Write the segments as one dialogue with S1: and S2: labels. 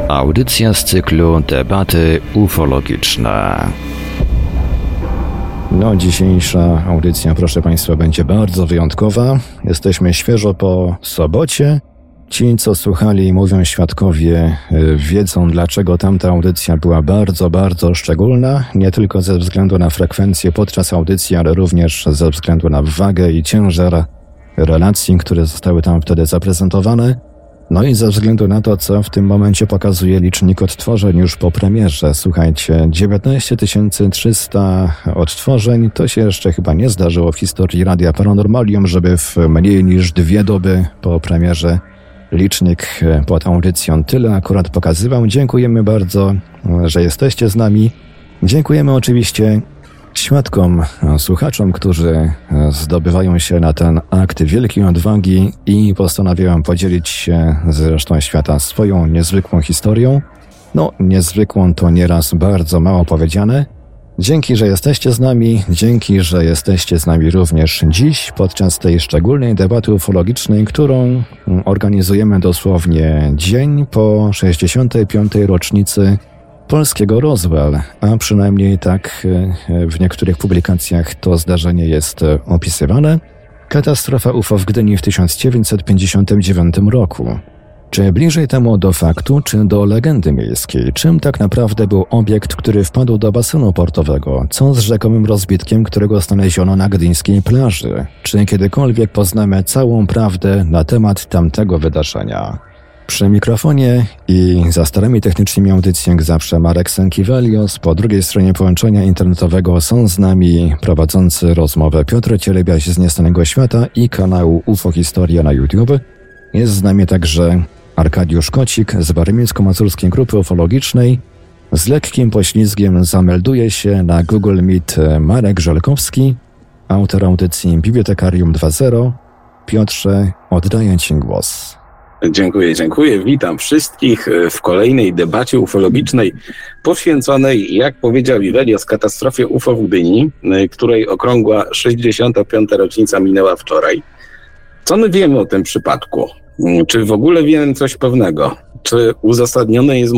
S1: Audycja z cyklu Debaty ufologiczne. No, dzisiejsza audycja, proszę Państwa, będzie bardzo wyjątkowa. Jesteśmy świeżo po sobocie. Ci, co słuchali, mówią świadkowie, wiedzą, dlaczego tamta audycja była bardzo, bardzo szczególna. Nie tylko ze względu na frekwencję podczas audycji, ale również ze względu na wagę i ciężar relacji, które zostały tam wtedy zaprezentowane. No i ze względu na to, co w tym momencie pokazuje licznik odtworzeń już po premierze. Słuchajcie, 19 300 odtworzeń, to się jeszcze chyba nie zdarzyło w historii Radia Paranormalium, żeby w mniej niż 2 doby po premierze licznik pod audycją tyle akurat pokazywał. Dziękujemy bardzo, że jesteście z nami. Dziękujemy oczywiście świadkom, słuchaczom, którzy zdobywają się na ten akt wielkiej odwagi i postanawiają podzielić się z resztą świata swoją niezwykłą historią. No, niezwykłą to nieraz bardzo mało powiedziane. Dzięki, że jesteście z nami, dzięki, że jesteście z nami również dziś podczas tej szczególnej debaty ufologicznej, którą organizujemy dosłownie dzień po 65. rocznicy polskiego Roswell, a przynajmniej tak w niektórych publikacjach to zdarzenie jest opisywane. Katastrofa UFO w Gdyni w 1959 roku. Czy bliżej temu do faktu, czy do legendy miejskiej? Czym tak naprawdę był obiekt, który wpadł do basenu portowego? Co z rzekomym rozbitkiem, którego znaleziono na gdyńskiej plaży? Czy kiedykolwiek poznamy całą prawdę na temat tamtego wydarzenia? Przy mikrofonie i za starymi technicznymi audycji jak zawsze Marek Sękiewelios. Po drugiej stronie połączenia internetowego są z nami prowadzący rozmowę Piotr Cielebiaś z Nieznanego Świata i kanału UFO Historia na YouTube. Jest z nami także Arkadiusz Kocik z Warmińsko-Mazurskiej Grupy Ufologicznej. Z lekkim poślizgiem zamelduje się na Google Meet Marek Żelkowski, autor audycji Bibliotekarium 2.0. Piotrze, oddaję Ci głos.
S2: Dziękuję. Witam wszystkich w kolejnej debacie ufologicznej poświęconej, jak powiedział Iwelios, katastrofie UFO w Gdyni, której okrągła 65. rocznica minęła wczoraj. Co my wiemy o tym przypadku? Czy w ogóle wiemy coś pewnego? Czy uzasadnione jest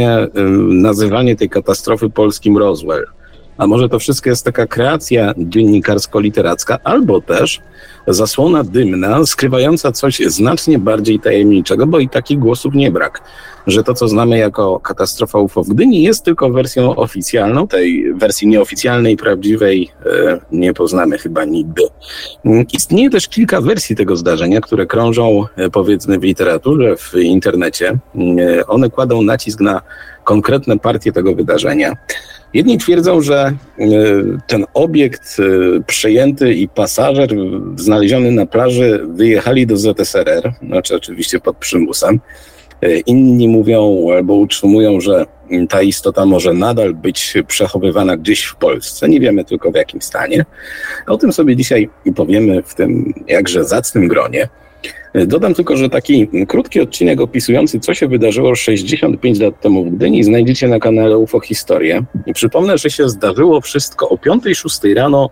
S2: nazywanie tej katastrofy polskim Roswell? A może to wszystko jest taka kreacja dziennikarsko-literacka, albo też zasłona dymna skrywająca coś znacznie bardziej tajemniczego, bo i takich głosów nie brak, że to, co znamy jako katastrofa UFO w Gdyni, jest tylko wersją oficjalną. Tej wersji nieoficjalnej, prawdziwej nie poznamy chyba nigdy. Istnieje też kilka wersji tego zdarzenia, które krążą, powiedzmy, w literaturze, w internecie. One kładą nacisk na konkretne partie tego wydarzenia. Jedni twierdzą, że ten obiekt przejęty i pasażer znaleziony na plaży wyjechali do ZSRR, znaczy oczywiście pod przymusem. Inni mówią albo utrzymują, że ta istota może nadal być przechowywana gdzieś w Polsce. Nie wiemy tylko w jakim stanie. O tym sobie dzisiaj powiemy w tym jakże zacnym gronie. Dodam tylko, że taki krótki odcinek opisujący, co się wydarzyło 65 lat temu w Gdyni, znajdziecie na kanale UFO Historię. I przypomnę, że się zdarzyło wszystko o 5:06 rano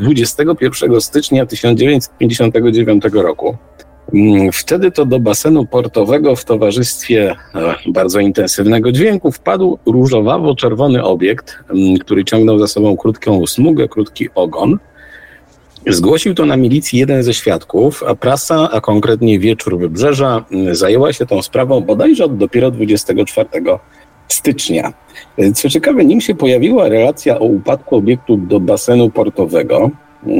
S2: 21 stycznia 1959 roku. Wtedy to do basenu portowego w towarzystwie bardzo intensywnego dźwięku wpadł różowawo-czerwony obiekt, który ciągnął za sobą krótką smugę, krótki ogon. Zgłosił to na milicji jeden ze świadków, a prasa, a konkretnie Wieczór Wybrzeża, zajęła się tą sprawą bodajże dopiero 24 stycznia. Co ciekawe, nim się pojawiła relacja o upadku obiektu do basenu portowego,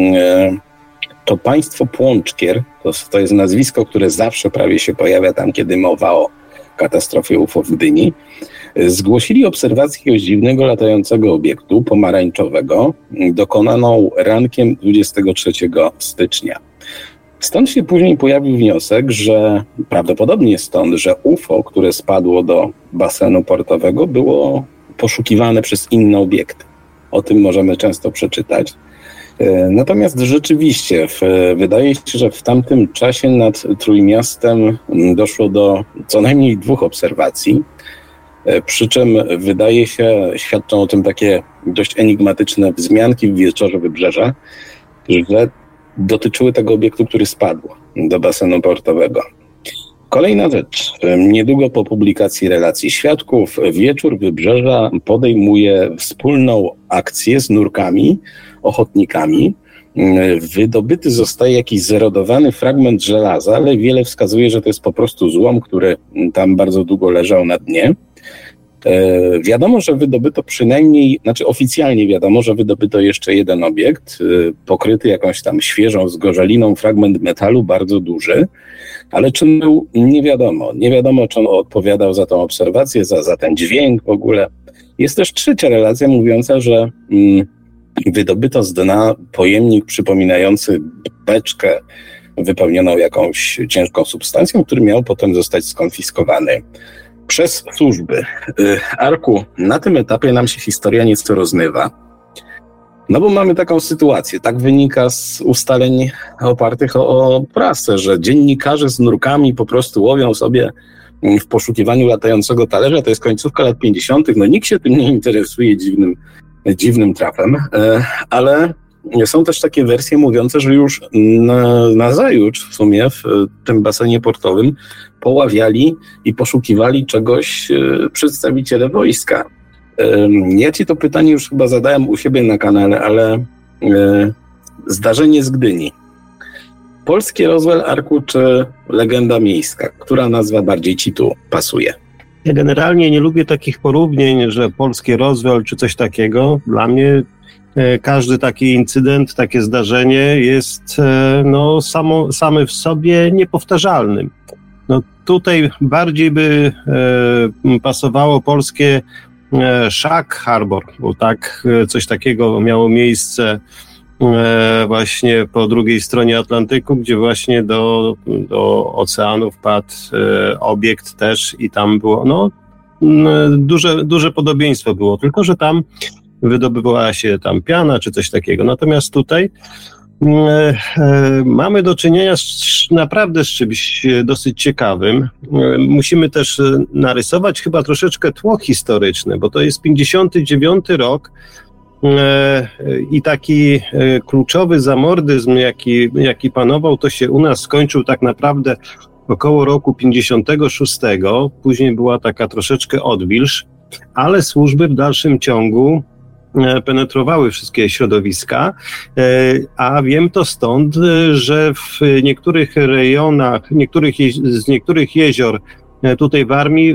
S2: to państwo Płączkier, to jest nazwisko, które zawsze prawie się pojawia tam, kiedy mowa o katastrofie UFO w Gdyni, zgłosili obserwację jakiegoś dziwnego latającego obiektu pomarańczowego dokonaną rankiem 23 stycznia. Stąd się później pojawił wniosek, że prawdopodobnie stąd, że UFO, które spadło do basenu portowego, było poszukiwane przez inne obiekty. O tym możemy często przeczytać. Natomiast rzeczywiście wydaje się, że w tamtym czasie nad Trójmiastem doszło do co najmniej 2 obserwacji, przy czym wydaje się, świadczą o tym takie dość enigmatyczne wzmianki w Wieczorze Wybrzeża, że dotyczyły tego obiektu, który spadł do basenu portowego. Kolejna rzecz. Niedługo po publikacji relacji świadków Wieczór Wybrzeża podejmuje wspólną akcję z nurkami, ochotnikami. Wydobyty zostaje jakiś zerodowany fragment żelaza, ale wiele wskazuje, że to jest po prostu złom, który tam bardzo długo leżał na dnie. Wiadomo, że wydobyto oficjalnie wiadomo, że wydobyto jeszcze jeden obiekt, pokryty jakąś tam świeżą zgorzeliną, fragment metalu bardzo duży, ale czym był, nie wiadomo. Nie wiadomo, czy on odpowiadał za tą obserwację, za ten dźwięk w ogóle. Jest też trzecia relacja mówiąca, że wydobyto z dna pojemnik przypominający beczkę wypełnioną jakąś ciężką substancją, który miał potem zostać skonfiskowany przez służby. Arku, na tym etapie nam się historia nieco rozmywa. No bo mamy taką sytuację, tak wynika z ustaleń opartych o prasę, że dziennikarze z nurkami po prostu łowią sobie w poszukiwaniu latającego talerza, to jest końcówka lat 50., no nikt się tym nie interesuje dziwnym trafem, ale są też takie wersje mówiące, że już nazajutrz w sumie w tym basenie portowym poławiali i poszukiwali czegoś przedstawiciele wojska. Ja ci to pytanie już chyba zadałem u siebie na kanale, ale zdarzenie z Gdyni. Polski Roswell, Arku, czy legenda miejska? Która nazwa bardziej ci tu pasuje?
S3: Ja generalnie nie lubię takich porównień, że polskie Roswell czy coś takiego. Dla mnie każdy taki incydent, takie zdarzenie jest same w sobie niepowtarzalnym. No tutaj bardziej by pasowało polskie Shark Harbor, bo tak coś takiego miało miejsce właśnie po drugiej stronie Atlantyku, gdzie właśnie do oceanu wpadł obiekt też i tam było duże podobieństwo było, tylko że tam wydobywała się tam piana czy coś takiego. Natomiast tutaj mamy do czynienia naprawdę z czymś dosyć ciekawym. Musimy też narysować chyba troszeczkę tło historyczne, bo to jest 59 rok i taki kluczowy zamordyzm, jaki panował, to się u nas skończył tak naprawdę około roku 56. Później była taka troszeczkę odwilż, ale służby w dalszym ciągu penetrowały wszystkie środowiska, a wiem to stąd, że w niektórych rejonach, z niektórych jezior tutaj w armii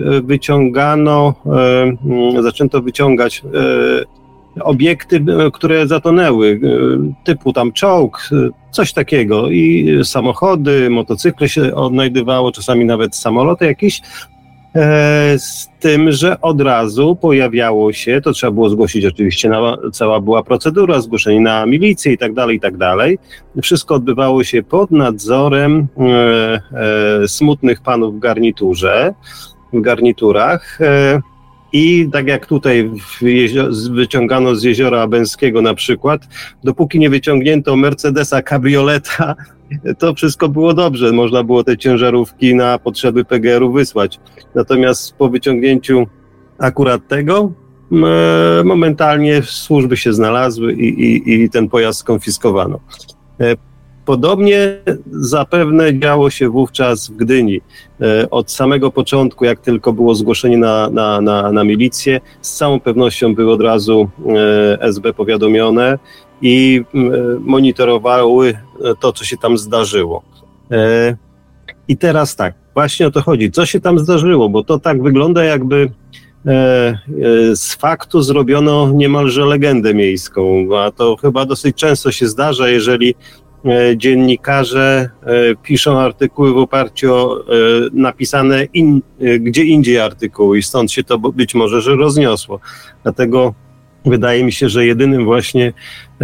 S3: zaczęto wyciągać obiekty, które zatonęły, typu tam czołg, coś takiego i samochody, motocykle się odnajdywało, czasami nawet samoloty jakieś, z tym, że od razu pojawiało się, to trzeba było zgłosić oczywiście, cała była procedura, zgłoszenie na milicję i tak dalej. Wszystko odbywało się pod nadzorem smutnych panów w garniturach. I tak jak tutaj wyciągano z jeziora Bęskiego na przykład, dopóki nie wyciągnięto Mercedesa kabrioleta, to wszystko było dobrze. Można było te ciężarówki na potrzeby PGR-u wysłać. Natomiast po wyciągnięciu akurat tego, momentalnie służby się znalazły i ten pojazd skonfiskowano. Podobnie zapewne działo się wówczas w Gdyni. Od samego początku, jak tylko było zgłoszenie na milicję, z całą pewnością były od razu SB powiadomione i monitorowały to, co się tam zdarzyło. I teraz tak, właśnie o to chodzi. Co się tam zdarzyło? Bo to tak wygląda, jakby z faktu zrobiono niemalże legendę miejską, a to chyba dosyć często się zdarza, jeżeli dziennikarze piszą artykuły w oparciu o napisane gdzie indziej artykuły i stąd się to być może, że rozniosło. Dlatego wydaje mi się, że jedynym właśnie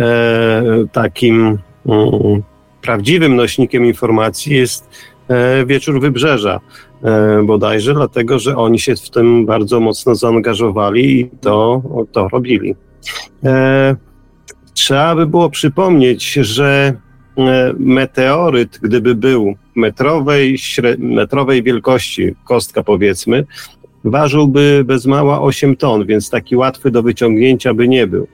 S3: takim prawdziwym nośnikiem informacji jest Wieczór Wybrzeża bodajże, dlatego, że oni się w tym bardzo mocno zaangażowali i to robili. Trzeba by było przypomnieć, że meteoryt, gdyby był metrowej wielkości, kostka powiedzmy, ważyłby bez mała 8 ton, więc taki łatwy do wyciągnięcia by nie był.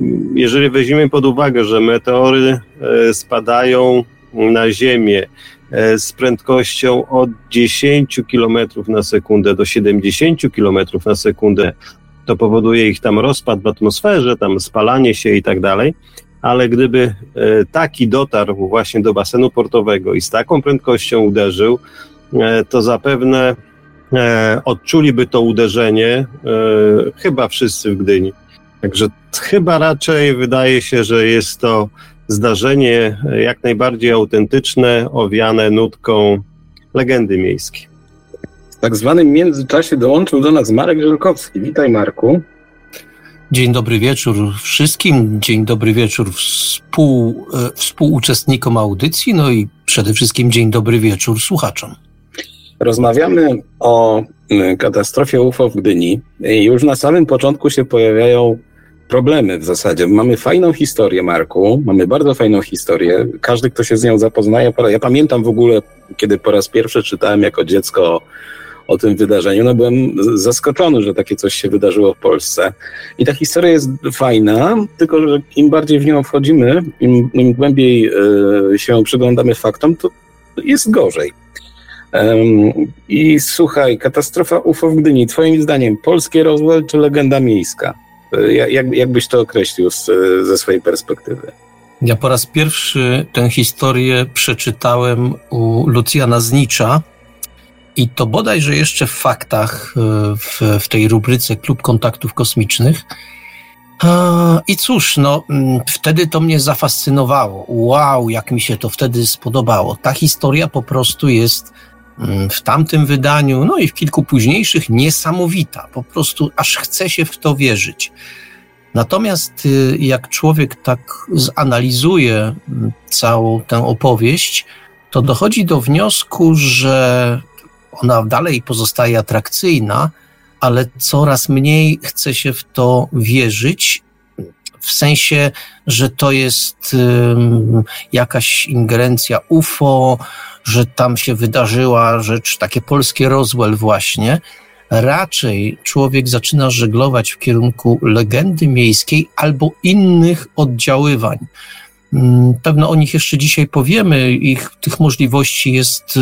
S3: Jeżeli weźmiemy pod uwagę, że meteory spadają na Ziemię z prędkością od 10 km na sekundę do 70 km na sekundę. To powoduje ich tam rozpad w atmosferze, tam spalanie się i tak dalej, ale gdyby taki dotarł właśnie do basenu portowego i z taką prędkością uderzył, to zapewne odczuliby to uderzenie chyba wszyscy w Gdyni. Także chyba raczej wydaje się, że jest to zdarzenie jak najbardziej autentyczne, owiane nutką legendy miejskiej.
S2: W tak zwanym międzyczasie dołączył do nas Marek Żelkowski. Witaj, Marku.
S4: Dzień dobry wieczór wszystkim, dzień dobry wieczór współuczestnikom audycji, no i przede wszystkim dzień dobry wieczór słuchaczom.
S2: Rozmawiamy o katastrofie UFO w Gdyni i już na samym początku się pojawiają problemy w zasadzie. Mamy fajną historię, Marku, mamy bardzo fajną historię. Każdy, kto się z nią zapoznaje, ja pamiętam w ogóle, kiedy po raz pierwszy czytałem jako dziecko o tym wydarzeniu, no byłem zaskoczony, że takie coś się wydarzyło w Polsce. I ta historia jest fajna, tylko że im bardziej w nią wchodzimy, im głębiej się przyglądamy faktom, to jest gorzej. I słuchaj, katastrofa UFO w Gdyni, twoim zdaniem polskie Roswell czy legenda miejska? Jak byś to określił ze swojej perspektywy?
S4: Ja po raz pierwszy tę historię przeczytałem u Lucjana Znicza i to bodajże jeszcze w faktach w tej rubryce Klub Kontaktów Kosmicznych. I cóż, no wtedy to mnie zafascynowało. Wow, jak mi się to wtedy spodobało. Ta historia po prostu jest w tamtym wydaniu, no i w kilku późniejszych niesamowita. Po prostu aż chce się w to wierzyć. Natomiast jak człowiek tak zanalizuje całą tę opowieść, to dochodzi do wniosku, że ona dalej pozostaje atrakcyjna, ale coraz mniej chce się w to wierzyć, w sensie, że to jest jakaś ingerencja UFO, że tam się wydarzyła rzecz, takie polskie Roswell właśnie. Raczej człowiek zaczyna żeglować w kierunku legendy miejskiej albo innych oddziaływań. Pewno o nich jeszcze dzisiaj powiemy, tych możliwości jest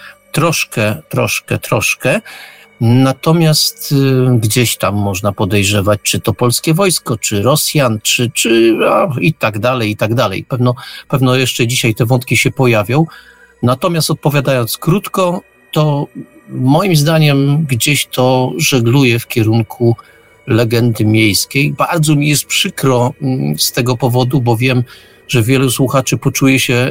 S4: troszkę. Natomiast gdzieś tam można podejrzewać, czy to polskie wojsko, czy Rosjan, czy i tak dalej. Pewno jeszcze dzisiaj te wątki się pojawią. Natomiast odpowiadając krótko, to moim zdaniem gdzieś to żegluje w kierunku legendy miejskiej. Bardzo mi jest przykro z tego powodu, bo wiem, że wielu słuchaczy poczuje się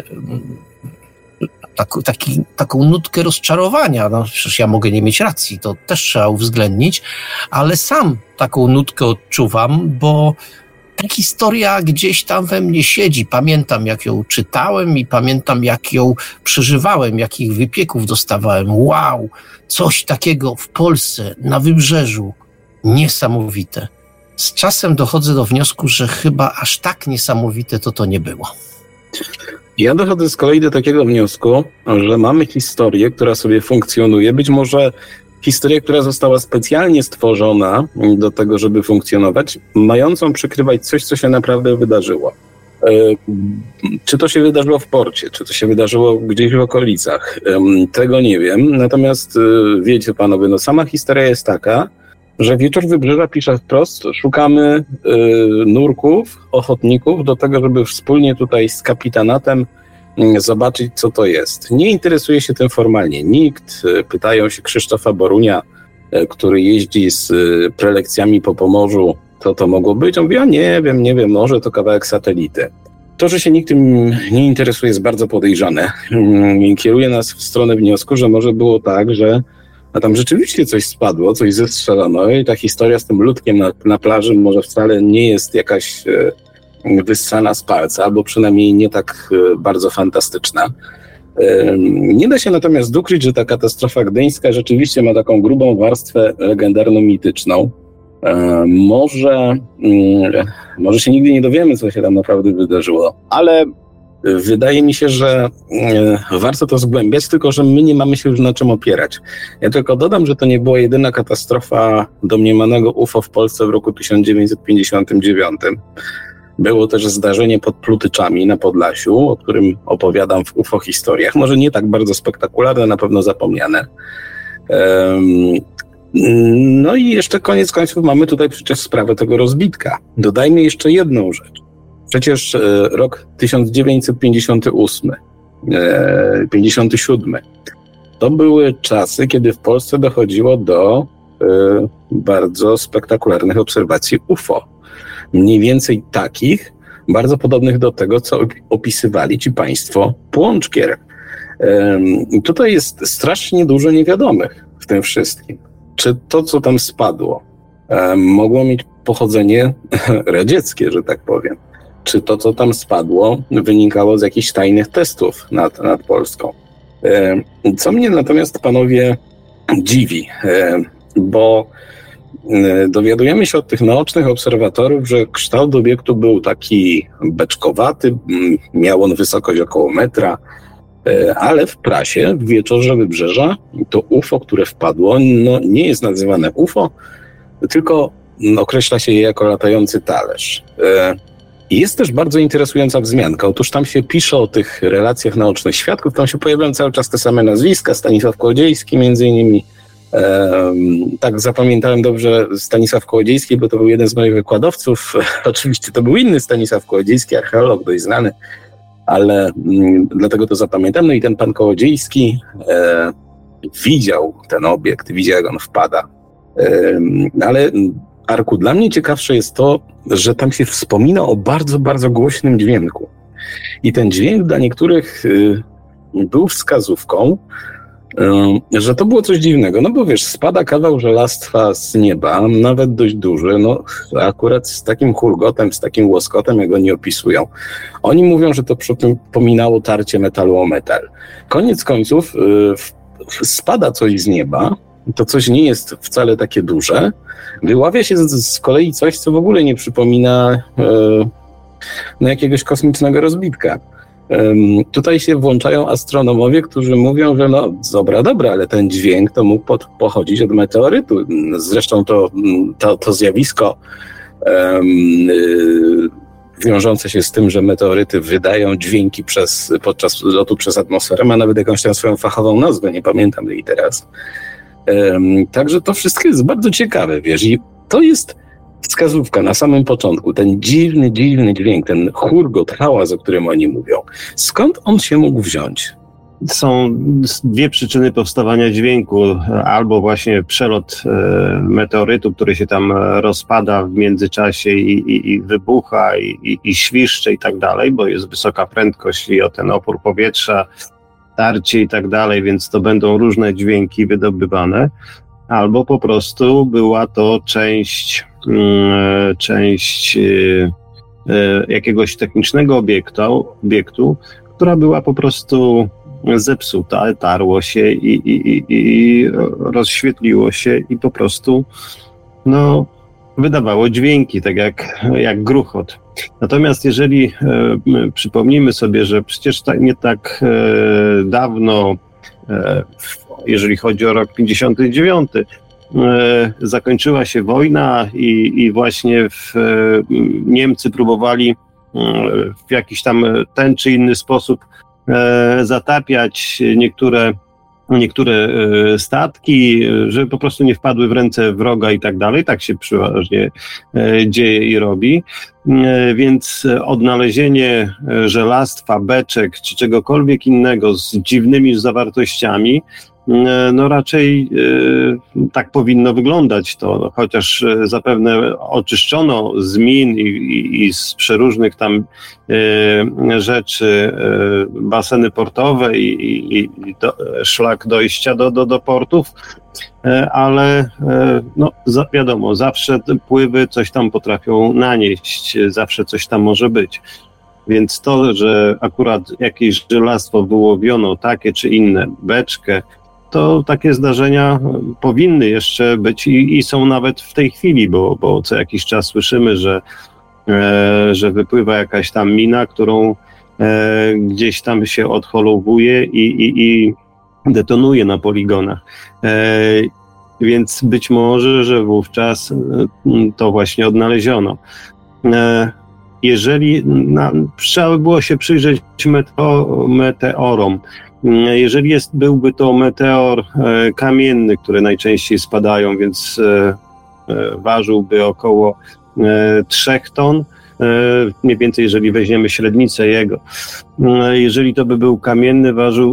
S4: taką nutkę rozczarowania. No, przecież ja mogę nie mieć racji, to też trzeba uwzględnić, ale sam taką nutkę odczuwam, bo ta historia gdzieś tam we mnie siedzi. Pamiętam, jak ją czytałem i pamiętam, jak ją przeżywałem, jakich wypieków dostawałem. Wow, coś takiego w Polsce, na wybrzeżu. Niesamowite. Z czasem dochodzę do wniosku, że chyba aż tak niesamowite to nie było.
S2: Ja dochodzę z kolei do takiego wniosku, że mamy historię, która sobie funkcjonuje. Być może historię, która została specjalnie stworzona do tego, żeby funkcjonować, mającą przykrywać coś, co się naprawdę wydarzyło. Czy to się wydarzyło w porcie, czy to się wydarzyło gdzieś w okolicach, tego nie wiem. Natomiast wiecie panowie, no sama historia jest taka, że Wieczór Wybrzeża pisze wprost, szukamy nurków, ochotników do tego, żeby wspólnie tutaj z kapitanatem zobaczyć, co to jest. Nie interesuje się tym formalnie nikt. Pytają się Krzysztofa Borunia, który jeździ z prelekcjami po Pomorzu, co to mogło być. On mówi, a nie wiem, może to kawałek satelity. To, że się nikt tym nie interesuje, jest bardzo podejrzane. Kieruje nas w stronę wniosku, że może było tak, że tam rzeczywiście coś spadło, coś zestrzelano i ta historia z tym ludkiem na plaży może wcale nie jest jakaś wyssana z palca, albo przynajmniej nie tak bardzo fantastyczna. Nie da się natomiast ukryć, że ta katastrofa gdyńska rzeczywiście ma taką grubą warstwę legendarno-mityczną. Może się nigdy nie dowiemy, co się tam naprawdę wydarzyło, ale wydaje mi się, że warto to zgłębiać, tylko że my nie mamy się już na czym opierać. Ja tylko dodam, że to nie była jedyna katastrofa domniemanego UFO w Polsce w roku 1959. Było też zdarzenie pod Plutyczami na Podlasiu, o którym opowiadam w UFO historiach. Może nie tak bardzo spektakularne, na pewno zapomniane. No i jeszcze koniec końców mamy tutaj przecież sprawę tego rozbitka. Dodajmy jeszcze jedną rzecz. Przecież rok 1958, 57 to były czasy, kiedy w Polsce dochodziło do bardzo spektakularnych obserwacji UFO. Mniej więcej takich, bardzo podobnych do tego, co opisywali ci państwo Płączkier. Tutaj jest strasznie dużo niewiadomych w tym wszystkim. Czy to, co tam spadło, mogło mieć pochodzenie radzieckie, że tak powiem? Czy to, co tam spadło, wynikało z jakichś tajnych testów nad Polską? Co mnie natomiast, panowie, dziwi, bo dowiadujemy się od tych naocznych obserwatorów, że kształt obiektu był taki beczkowaty, miał on wysokość około metra, ale w prasie, w Wieczorze Wybrzeża, to UFO, które wpadło, no nie jest nazywane UFO, tylko określa się je jako latający talerz. Jest też bardzo interesująca wzmianka. Otóż tam się pisze o tych relacjach naocznych świadków, tam się pojawiają cały czas te same nazwiska, Stanisław Kołodziejski między innymi. Tak zapamiętałem dobrze Stanisław Kołodziejski, bo to był jeden z moich wykładowców. Oczywiście to był inny Stanisław Kołodziejski, archeolog dość znany, ale dlatego to zapamiętam. No i ten pan Kołodziejski widział ten obiekt, widział, jak on wpada. Ale Arku, dla mnie ciekawsze jest to, że tam się wspomina o bardzo, bardzo głośnym dźwięku. I ten dźwięk dla niektórych był wskazówką, że to było coś dziwnego. No bo wiesz, spada kawał żelastwa z nieba, nawet dość duży, no akurat z takim hulgotem, z takim łoskotem, jak oni opisują. Oni mówią, że to przypominało tarcie metalu o metal. Koniec końców spada coś z nieba, to coś nie jest wcale takie duże. Wyławia się z kolei coś, co w ogóle nie przypomina jakiegoś kosmicznego rozbitka. Tutaj się włączają astronomowie, którzy mówią, że no dobra, ale ten dźwięk to mógł pochodzić od meteorytu. Zresztą to zjawisko wiążące się z tym, że meteoryty wydają dźwięki podczas lotu przez atmosferę, ma nawet jakąś tam swoją fachową nazwę, nie pamiętam jej teraz. Także to wszystko jest bardzo ciekawe, wiesz, i to jest wskazówka na samym początku, ten dziwny dźwięk, ten hurgot, hałas, o którym oni mówią. Skąd on się mógł wziąć?
S3: Są dwie przyczyny powstawania dźwięku. Albo właśnie przelot meteorytu, który się tam rozpada w międzyczasie i wybucha i świszcze i tak dalej, bo jest wysoka prędkość i o ten opór powietrza, tarcie i tak dalej, więc to będą różne dźwięki wydobywane. Albo po prostu była to część jakiegoś technicznego obiektu, która była po prostu zepsuta, tarło się i rozświetliło się i po prostu wydawało dźwięki, tak jak gruchot. Natomiast jeżeli przypomnimy sobie, że przecież nie tak dawno, jeżeli chodzi o rok 59, zakończyła się wojna i właśnie Niemcy próbowali w jakiś tam ten czy inny sposób zatapiać niektóre statki, żeby po prostu nie wpadły w ręce wroga i tak dalej. Tak się przeważnie dzieje i robi. Więc odnalezienie żelastwa, beczek czy czegokolwiek innego z dziwnymi zawartościami, raczej tak powinno wyglądać to, chociaż zapewne oczyszczono z min i z przeróżnych tam rzeczy baseny portowe i szlak dojścia do portów, ale wiadomo, zawsze te pływy coś tam potrafią nanieść, zawsze coś tam może być. Więc to, że akurat jakieś żelastwo wyłowiono, takie czy inne, beczkę, to takie zdarzenia powinny jeszcze być i są nawet w tej chwili, bo co jakiś czas słyszymy, że wypływa jakaś tam mina, którą gdzieś tam się odholowuje i detonuje na poligonach. Więc być może, że wówczas to właśnie odnaleziono. jeżeli trzeba by było się przyjrzeć meteorom. Jeżeli byłby to meteor kamienny, które najczęściej spadają, więc ważyłby około 3 ton, mniej więcej jeżeli weźmiemy średnicę jego. Jeżeli to by był kamienny,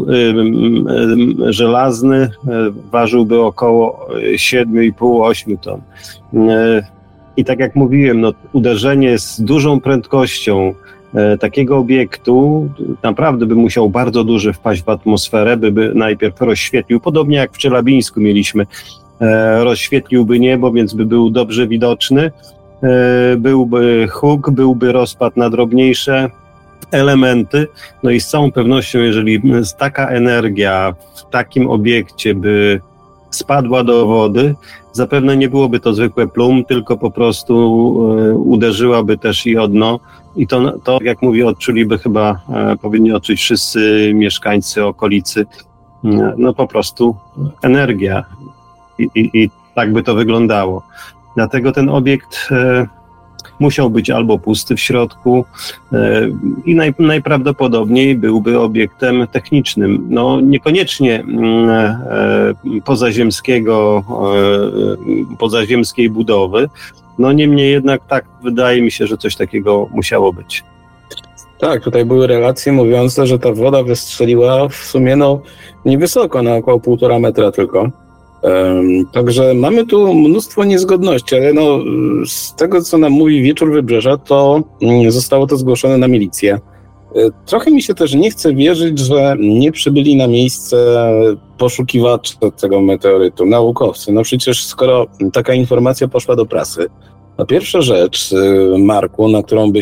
S3: żelazny, ważyłby około 7,5-8 ton. I tak jak mówiłem, uderzenie z dużą prędkością takiego obiektu naprawdę by musiał bardzo duży wpaść w atmosferę, by najpierw rozświetlił, podobnie jak w Czelabińsku mieliśmy, rozświetliłby niebo, więc by był dobrze widoczny, byłby huk, byłby rozpad na drobniejsze elementy, no i z całą pewnością, jeżeli taka energia w takim obiekcie by spadła do wody, zapewne nie byłoby to zwykłe plum, tylko po prostu uderzyłaby też i o dno. I to jak mówię, odczuliby chyba, powinni odczuć wszyscy mieszkańcy okolicy, no po prostu energia. I tak by to wyglądało. Dlatego ten obiekt musiał być albo pusty w środku i najprawdopodobniej byłby obiektem technicznym. No niekoniecznie pozaziemskiej budowy, no niemniej jednak tak wydaje mi się, że coś takiego musiało być.
S2: Tak, tutaj były relacje mówiące, że ta woda wystrzeliła w sumie niewysoko, na około 1,5 metra tylko. Także mamy tu mnóstwo niezgodności, ale z tego, co nam mówi Wieczór Wybrzeża, to zostało to zgłoszone na milicję. Trochę mi się też nie chce wierzyć, że nie przybyli na miejsce poszukiwacze tego meteorytu, naukowcy. No przecież skoro taka informacja poszła do prasy, to pierwsza rzecz, Marku, na którą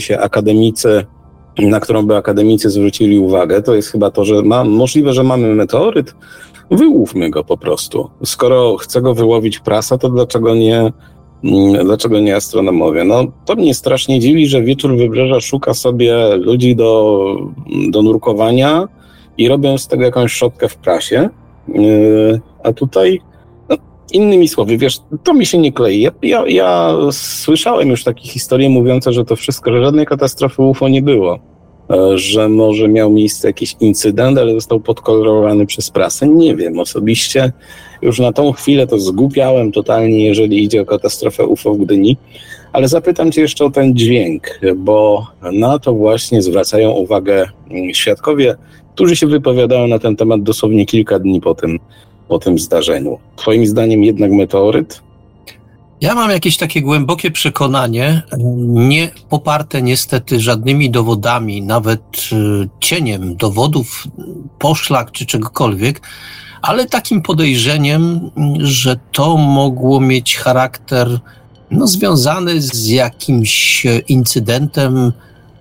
S2: by akademicy zwrócili uwagę, to jest chyba to, że możliwe, że mamy meteoryt, wyłówmy go po prostu. Skoro chce go wyłowić prasa, to dlaczego nie astronomowie? No, to mnie strasznie dziwi, że Wieczór Wybrzeża szuka sobie ludzi do nurkowania i robią z tego jakąś szopkę w prasie. A tutaj, innymi słowy, wiesz, to mi się nie klei. Ja słyszałem już takie historie mówiące, że to wszystko, że żadnej katastrofy UFO nie było. Że może miał miejsce jakiś incydent, ale został podkolorowany przez prasę. Nie wiem, osobiście już na tą chwilę to zgłupiałem totalnie, jeżeli idzie o katastrofę UFO w Gdyni, ale zapytam cię jeszcze o ten dźwięk, bo na to właśnie zwracają uwagę świadkowie, którzy się wypowiadają na ten temat dosłownie kilka dni po tym zdarzeniu. Twoim zdaniem jednak meteoryt?
S4: Ja mam jakieś takie głębokie przekonanie, nie poparte niestety żadnymi dowodami, nawet cieniem dowodów, poszlak czy czegokolwiek, ale takim podejrzeniem, że to mogło mieć charakter związany z jakimś incydentem.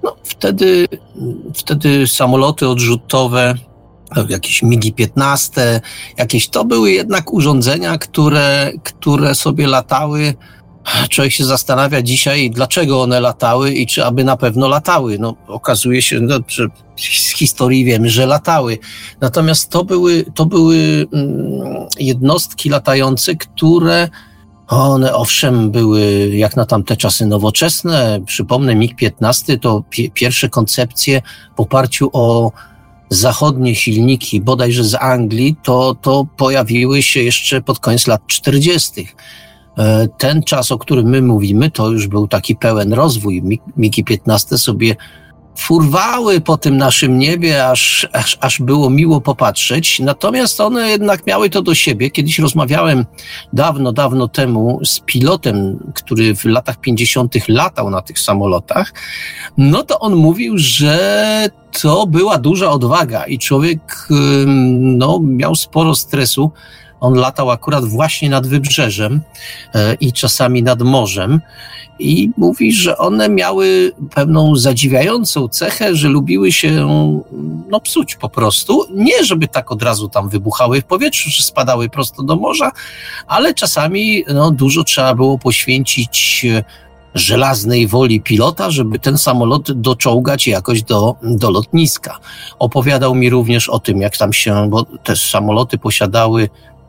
S4: Wtedy samoloty odrzutowe, jakieś MiG-15, to były jednak urządzenia, które sobie latały. Człowiek się zastanawia dzisiaj, dlaczego one latały i czy aby na pewno latały. Okazuje się, że z historii wiemy, że latały. Natomiast to były jednostki latające, które one owszem były jak na tamte czasy nowoczesne. Przypomnę, MiG-15 to pierwsze koncepcje w oparciu o zachodnie silniki, bodajże z Anglii, to pojawiły się jeszcze pod koniec lat 40. Ten czas, o którym my mówimy, to już był taki pełen rozwój. MiG-15 sobie furwały po tym naszym niebie, aż było miło popatrzeć. Natomiast one jednak miały to do siebie. Kiedyś rozmawiałem dawno temu z pilotem, który w latach 50. latał na tych samolotach. To on mówił, że to była duża odwaga i człowiek miał sporo stresu. On latał akurat właśnie nad wybrzeżem i czasami nad morzem i mówi, że one miały pewną zadziwiającą cechę, że lubiły się psuć po prostu. Nie, żeby tak od razu tam wybuchały w powietrzu, czy spadały prosto do morza, ale czasami dużo trzeba było poświęcić żelaznej woli pilota, żeby ten samolot doczołgać jakoś do lotniska. Opowiadał mi również o tym, jak tam się, bo te samoloty posiadały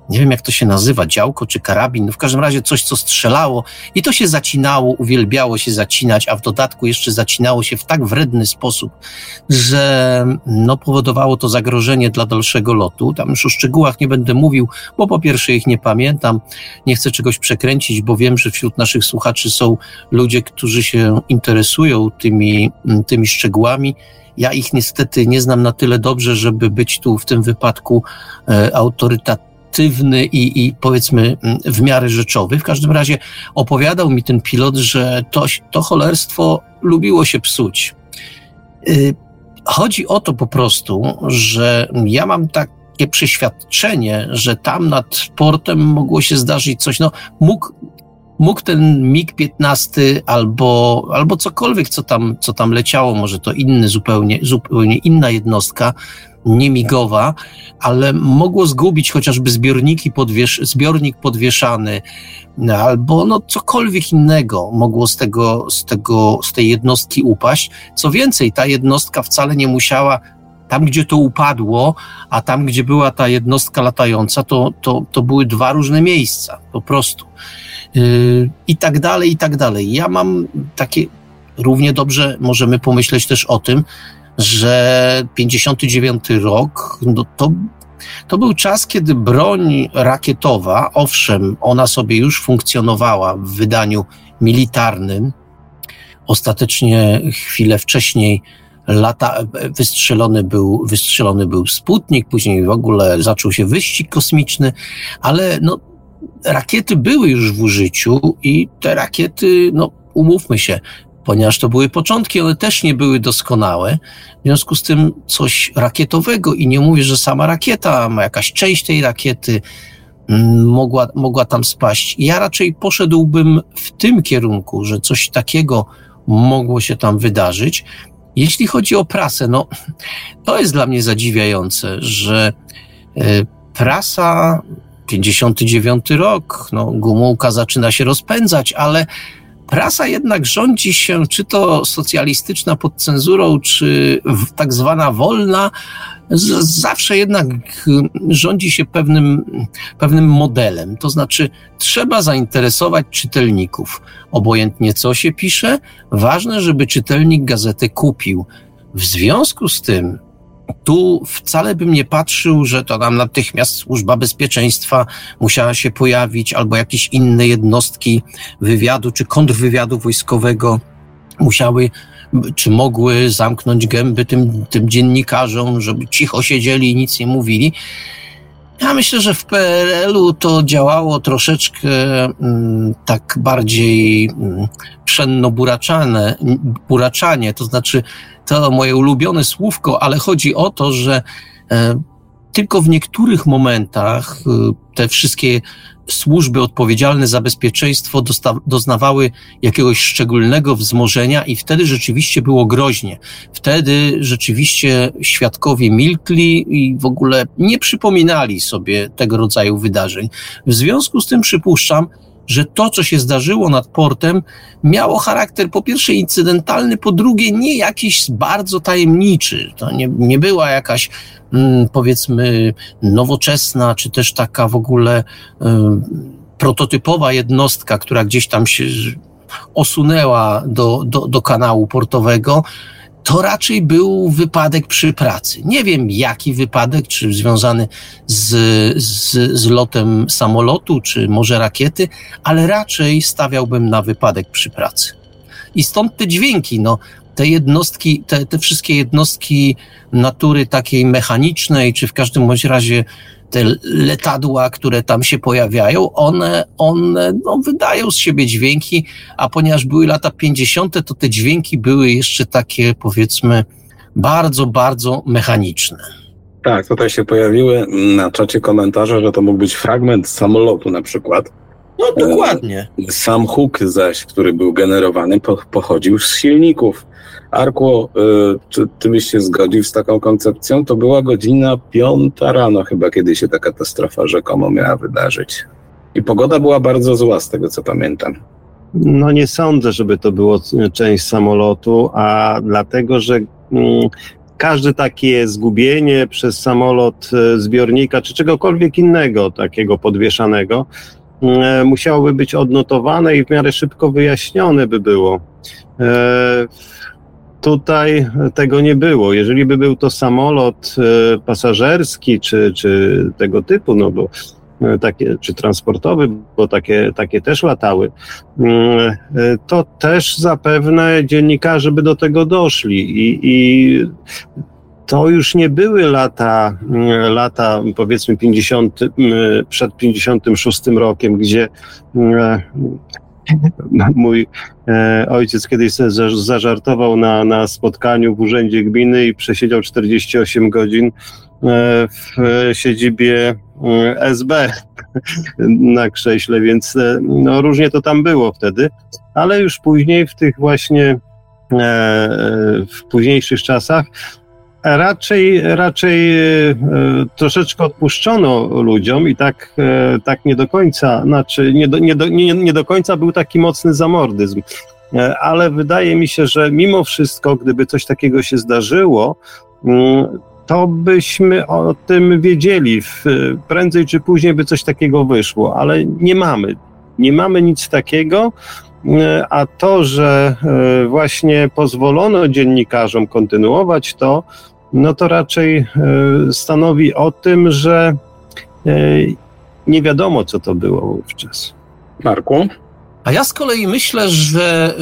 S4: nie wiem jak to się nazywa, działko czy karabin, no w każdym razie coś, co strzelało i to się zacinało, uwielbiało się zacinać, a w dodatku jeszcze zacinało się w tak wredny sposób, że no, powodowało to zagrożenie dla dalszego lotu. Tam już o szczegółach nie będę mówił, bo po pierwsze ich nie pamiętam, nie chcę czegoś przekręcić, bo wiem, że wśród naszych słuchaczy są ludzie, którzy się interesują tymi szczegółami. Ja ich niestety nie znam na tyle dobrze, żeby być tu w tym wypadku autorytatywny i powiedzmy w miarę rzeczowy. W każdym razie opowiadał mi ten pilot, że to cholerstwo lubiło się psuć. Chodzi o to po prostu, że ja mam takie przeświadczenie, że tam nad portem mogło się zdarzyć coś, no mógł ten MiG-15 albo cokolwiek, co tam leciało, może to zupełnie inna jednostka, nie migowa, ale mogło zgubić chociażby zbiornik podwieszany, albo no cokolwiek innego mogło z tej jednostki upaść. Co więcej, ta jednostka wcale nie musiała, tam gdzie to upadło, a tam gdzie była ta jednostka latająca, to były dwa różne miejsca, po prostu. I tak dalej, i tak dalej. Ja mam takie, równie dobrze możemy pomyśleć też o tym, że 59 rok, no to był czas, kiedy broń rakietowa, owszem, ona sobie już funkcjonowała w wydaniu militarnym. Ostatecznie chwilę wcześniej wystrzelony był Sputnik, później w ogóle zaczął się wyścig kosmiczny, ale no rakiety były już w użyciu i te rakiety, no umówmy się, ponieważ to były początki, one też nie były doskonałe, w związku z tym coś rakietowego i nie mówię, że sama rakieta, jakaś część tej rakiety mogła tam spaść. Ja raczej poszedłbym w tym kierunku, że coś takiego mogło się tam wydarzyć. Jeśli chodzi o prasę, no to jest dla mnie zadziwiające, że prasa, 59 rok, no Gomułka zaczyna się rozpędzać, ale prasa jednak rządzi się, czy to socjalistyczna pod cenzurą, czy tak zwana wolna, zawsze jednak rządzi się pewnym modelem. To znaczy trzeba zainteresować czytelników. Obojętnie co się pisze, ważne, żeby czytelnik gazetę kupił. W związku z tym tu wcale bym nie patrzył, że to nam natychmiast Służba Bezpieczeństwa musiała się pojawić, albo jakieś inne jednostki wywiadu czy kontrwywiadu wojskowego musiały czy mogły zamknąć gęby tym dziennikarzom, żeby cicho siedzieli i nic nie mówili. Ja myślę, że w PRL-u to działało troszeczkę tak bardziej pszenno-buraczanie, to znaczy to moje ulubione słówko, ale chodzi o to, że tylko w niektórych momentach te wszystkie służby odpowiedzialne za bezpieczeństwo doznawały jakiegoś szczególnego wzmożenia i wtedy rzeczywiście było groźnie. Wtedy rzeczywiście świadkowie milkli i w ogóle nie przypominali sobie tego rodzaju wydarzeń. W związku z tym przypuszczam, że to, co się zdarzyło nad portem, miało charakter po pierwsze incydentalny, po drugie nie jakiś bardzo tajemniczy. To nie była jakaś powiedzmy nowoczesna, czy też taka w ogóle prototypowa jednostka, która gdzieś tam się osunęła do kanału portowego. To raczej był wypadek przy pracy. Nie wiem, jaki wypadek, czy związany z lotem samolotu, czy może rakiety, ale raczej stawiałbym na wypadek przy pracy. I stąd te dźwięki, no, te jednostki, te wszystkie jednostki natury takiej mechanicznej, czy w każdym bądź razie te letadła, które tam się pojawiają, one no, wydają z siebie dźwięki, a ponieważ były lata 50., to te dźwięki były jeszcze takie, powiedzmy, bardzo, bardzo mechaniczne.
S2: Tak, tutaj się pojawiły na czacie komentarze, że to mógł być fragment samolotu na przykład.
S4: No dokładnie.
S2: Sam huk zaś, który był generowany, pochodził z silników. Arku, czy ty byś się zgodził z taką koncepcją? To była godzina 5 rano chyba, kiedy się ta katastrofa rzekomo miała wydarzyć. I pogoda była bardzo zła, z tego co pamiętam.
S3: No nie sądzę, żeby to było część samolotu, a dlatego, że każde takie zgubienie przez samolot zbiornika czy czegokolwiek innego takiego podwieszanego musiałoby być odnotowane i w miarę szybko wyjaśnione by było. Tutaj tego nie było. Jeżeli by był to samolot pasażerski czy tego typu, no bo czy transportowy, bo takie też latały, to też zapewne dziennikarze by do tego doszli i to już nie były lata powiedzmy 50, przed 56 rokiem, gdzie mój ojciec kiedyś zażartował na spotkaniu w urzędzie gminy i przesiedział 48 godzin w siedzibie SB na krześle, więc no, różnie to tam było wtedy, ale już później w tych właśnie w późniejszych czasach raczej troszeczkę odpuszczono ludziom i tak nie do końca, znaczy nie do końca był taki mocny zamordyzm, ale wydaje mi się, że mimo wszystko, gdyby coś takiego się zdarzyło, to byśmy o tym wiedzieli. Prędzej czy później by coś takiego wyszło, ale nie mamy nic takiego, a to, że właśnie pozwolono dziennikarzom kontynuować to, no to raczej stanowi o tym, że nie wiadomo, co to było wówczas.
S2: Marku?
S4: A ja z kolei myślę, że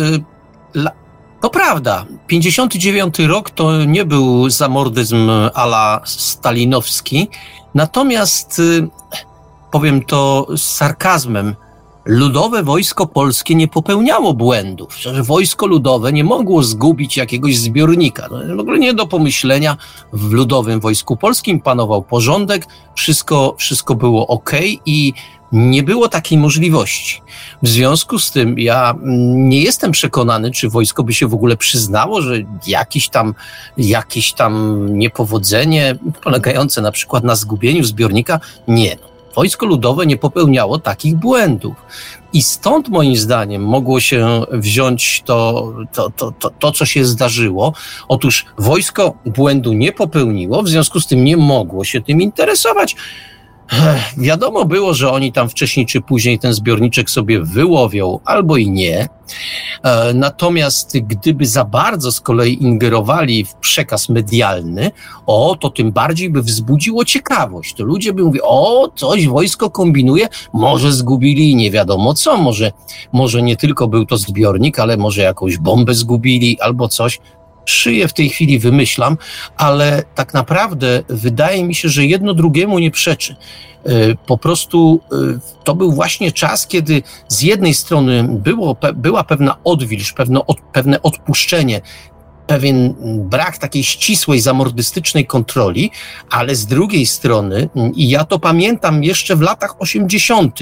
S4: to prawda, 59 rok to nie był zamordyzm a la stalinowski, natomiast powiem to z sarkazmem, Ludowe Wojsko Polskie nie popełniało błędów. Że Wojsko Ludowe nie mogło zgubić jakiegoś zbiornika. No, w ogóle nie do pomyślenia. W Ludowym Wojsku Polskim panował porządek, wszystko było okej i nie było takiej możliwości. W związku z tym ja nie jestem przekonany, czy wojsko by się w ogóle przyznało, że jakieś tam niepowodzenie polegające na przykład na zgubieniu zbiornika, nie. Wojsko Ludowe nie popełniało takich błędów. I stąd moim zdaniem mogło się wziąć to, co się zdarzyło. Otóż wojsko błędu nie popełniło, w związku z tym nie mogło się tym interesować. Wiadomo było, że oni tam wcześniej czy później ten zbiorniczek sobie wyłowią, albo i nie. Natomiast gdyby za bardzo z kolei ingerowali w przekaz medialny, to tym bardziej by wzbudziło ciekawość. To ludzie by mówili, coś wojsko kombinuje, może zgubili nie wiadomo co, może nie tylko był to zbiornik, ale może jakąś bombę zgubili albo coś. Szyję w tej chwili wymyślam, ale tak naprawdę wydaje mi się, że jedno drugiemu nie przeczy. Po prostu to był właśnie czas, kiedy z jednej strony była pewna odwilż, pewne odpuszczenie, pewien brak takiej ścisłej, zamordystycznej kontroli, ale z drugiej strony, i ja to pamiętam jeszcze w latach 80.,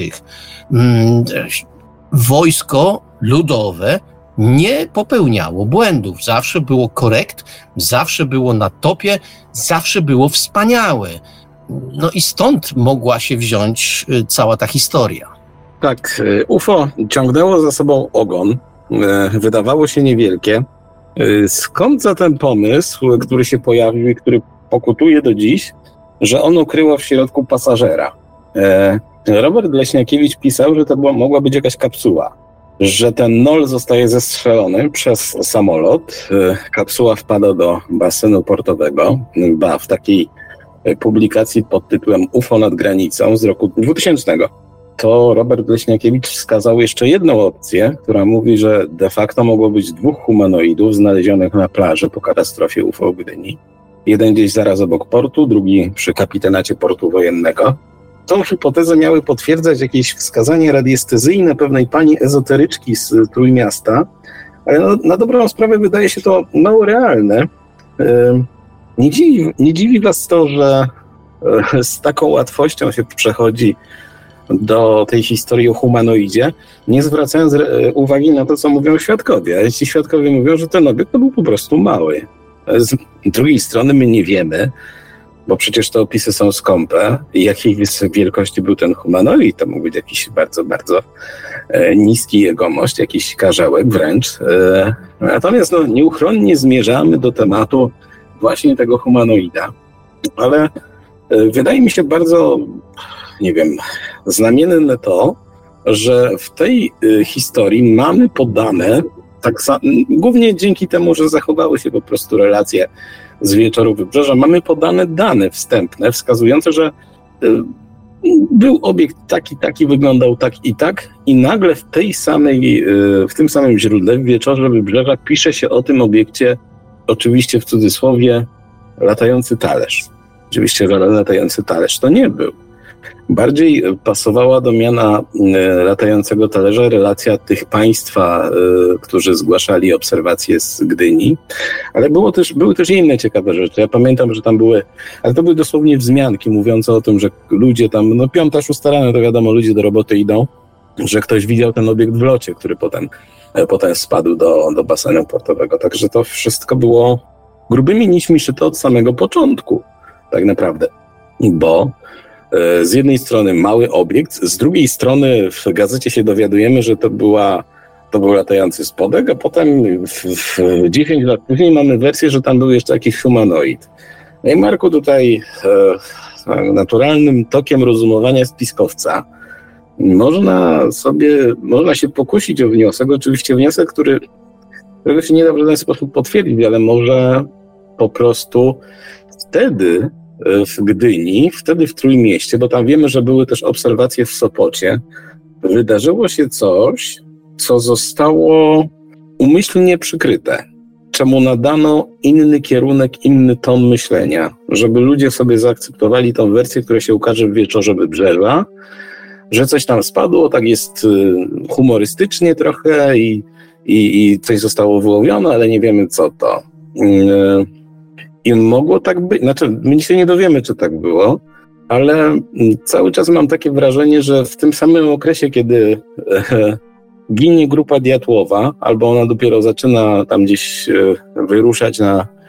S4: Wojsko Ludowe nie popełniało błędów. Zawsze było korekt, zawsze było na topie, zawsze było wspaniałe. No i stąd mogła się wziąć cała ta historia.
S2: Tak, UFO ciągnęło za sobą ogon, wydawało się niewielkie. Skąd zatem pomysł, który się pojawił i który pokutuje do dziś, że ono kryło w środku pasażera? Robert Leśniakiewicz pisał, że to mogła być jakaś kapsuła, że ten nol zostaje zestrzelony przez samolot, kapsuła wpada do basenu portowego, w takiej publikacji pod tytułem UFO nad granicą z roku 2000. To Robert Leśniakiewicz wskazał jeszcze jedną opcję, która mówi, że de facto mogło być 2 humanoidów znalezionych na plaży po katastrofie UFO w Gdyni. Jeden gdzieś zaraz obok portu, drugi przy kapitenacie portu wojennego. Tą hipotezę miały potwierdzać jakieś wskazanie radiestezyjne pewnej pani ezoteryczki z Trójmiasta, ale na dobrą sprawę wydaje się to mało realne. Nie dziwi was to, że z taką łatwością się przechodzi do tej historii o humanoidzie, nie zwracając uwagi na to, co mówią świadkowie. A ci świadkowie mówią, że ten obiekt to był po prostu mały. Z drugiej strony my nie wiemy, bo przecież te opisy są skąpe, jakiej wielkości był ten humanoid. To mógł być jakiś bardzo, bardzo niski jegomość, jakiś karzełek wręcz. Natomiast nieuchronnie zmierzamy do tematu właśnie tego humanoida. Ale wydaje mi się bardzo, nie wiem, znamienne to, że w tej historii mamy podane, głównie dzięki temu, że zachowały się po prostu relacje z Wieczoru Wybrzeża, mamy podane dane wstępne, wskazujące, że był obiekt taki, wyglądał tak i nagle w tym samym źródle, w Wieczorze Wybrzeża, pisze się o tym obiekcie, oczywiście w cudzysłowie, latający talerz. Oczywiście, że latający talerz to nie był. Bardziej pasowała do miana latającego talerza relacja tych państwa, którzy zgłaszali obserwacje z Gdyni, ale były też inne ciekawe rzeczy. Ja pamiętam, że tam ale to były dosłownie wzmianki mówiące o tym, że ludzie tam, 5-6 rano, to wiadomo, ludzie do roboty idą, że ktoś widział ten obiekt w locie, który potem spadł do basenu portowego. Także to wszystko było grubymi nićmi szyte od samego początku, tak naprawdę. Bo z jednej strony mały obiekt, z drugiej strony w gazecie się dowiadujemy, że to był latający spodek, a potem 10 lat później mamy wersję, że tam był jeszcze jakiś humanoid. No i Marku, tutaj naturalnym tokiem rozumowania spiskowca można się pokusić o wniosek, oczywiście wniosek, którego się nie da w żaden sposób potwierdzić, ale może po prostu wtedy w Gdyni, wtedy w Trójmieście, bo tam wiemy, że były też obserwacje w Sopocie, wydarzyło się coś, co zostało umyślnie przykryte, czemu nadano inny kierunek, inny ton myślenia, żeby ludzie sobie zaakceptowali tą wersję, która się ukaże w Wieczorze Wybrzeża, że coś tam spadło, tak jest humorystycznie trochę i coś zostało wyłowione, ale nie wiemy co to. I mogło tak być, my się nie dowiemy, czy tak było, ale cały czas mam takie wrażenie, że w tym samym okresie, kiedy ginie grupa Diatłowa, albo ona dopiero zaczyna tam gdzieś wyruszać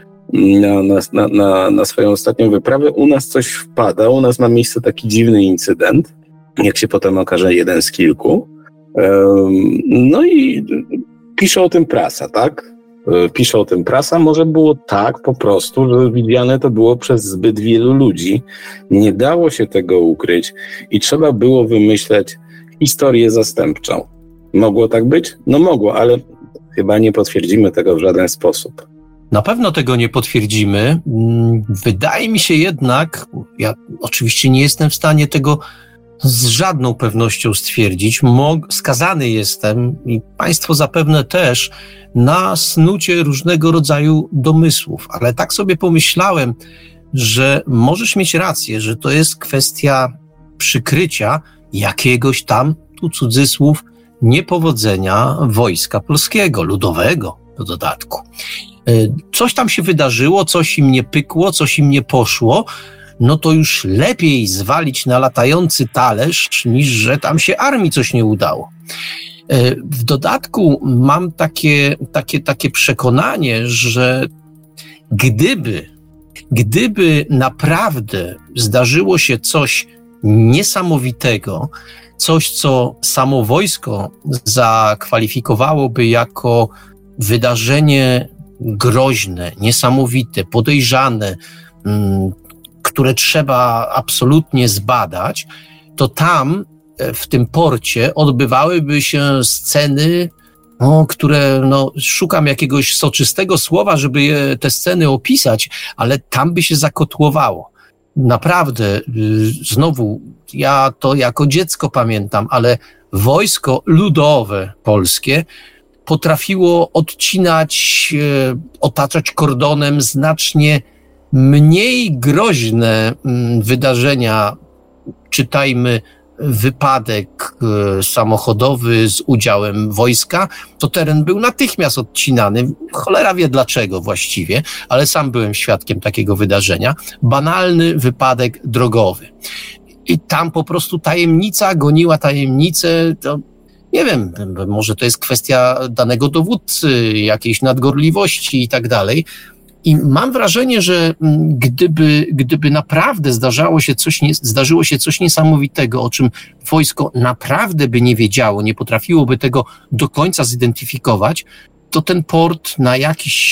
S2: na swoją ostatnią wyprawę, u nas coś wpada, u nas ma miejsce taki dziwny incydent, jak się potem okaże, jeden z kilku. No i pisze o tym prasa, tak? Pisze o tym prasa, może było tak po prostu, że widziane to było przez zbyt wielu ludzi. Nie dało się tego ukryć i trzeba było wymyśleć historię zastępczą. Mogło tak być? No mogło, ale chyba nie potwierdzimy tego w żaden sposób.
S4: Na pewno tego nie potwierdzimy. Wydaje mi się jednak, ja oczywiście nie jestem w stanie tego z żadną pewnością stwierdzić. Skazany jestem i państwo zapewne też na snucie różnego rodzaju domysłów, ale tak sobie pomyślałem, że możesz mieć rację, że to jest kwestia przykrycia jakiegoś tam, tu cudzysłów, niepowodzenia Wojska Polskiego, ludowego do dodatku. Coś tam się wydarzyło, coś im nie pykło, coś im nie poszło, no to już lepiej zwalić na latający talerz, niż że tam się armii coś nie udało. W dodatku mam takie przekonanie, że gdyby naprawdę zdarzyło się coś niesamowitego, coś, co samo wojsko zakwalifikowałoby jako wydarzenie groźne, niesamowite, podejrzane, które trzeba absolutnie zbadać, to tam, w tym porcie, odbywałyby się sceny, które, szukam jakiegoś soczystego słowa, żeby te sceny opisać, ale tam by się zakotłowało. Naprawdę, znowu, ja to jako dziecko pamiętam, ale wojsko ludowe polskie potrafiło otaczać kordonem znacznie mniej groźne wydarzenia, czytajmy wypadek samochodowy z udziałem wojska, to teren był natychmiast odcinany. Cholera wie dlaczego właściwie, ale sam byłem świadkiem takiego wydarzenia. Banalny wypadek drogowy. I tam po prostu tajemnica goniła tajemnicę. To nie wiem, może to jest kwestia danego dowódcy, jakiejś nadgorliwości i tak dalej. I mam wrażenie, że gdyby naprawdę zdarzyło się coś niesamowitego, o czym wojsko naprawdę by nie wiedziało, nie potrafiłoby tego do końca zidentyfikować, to ten port na jakiś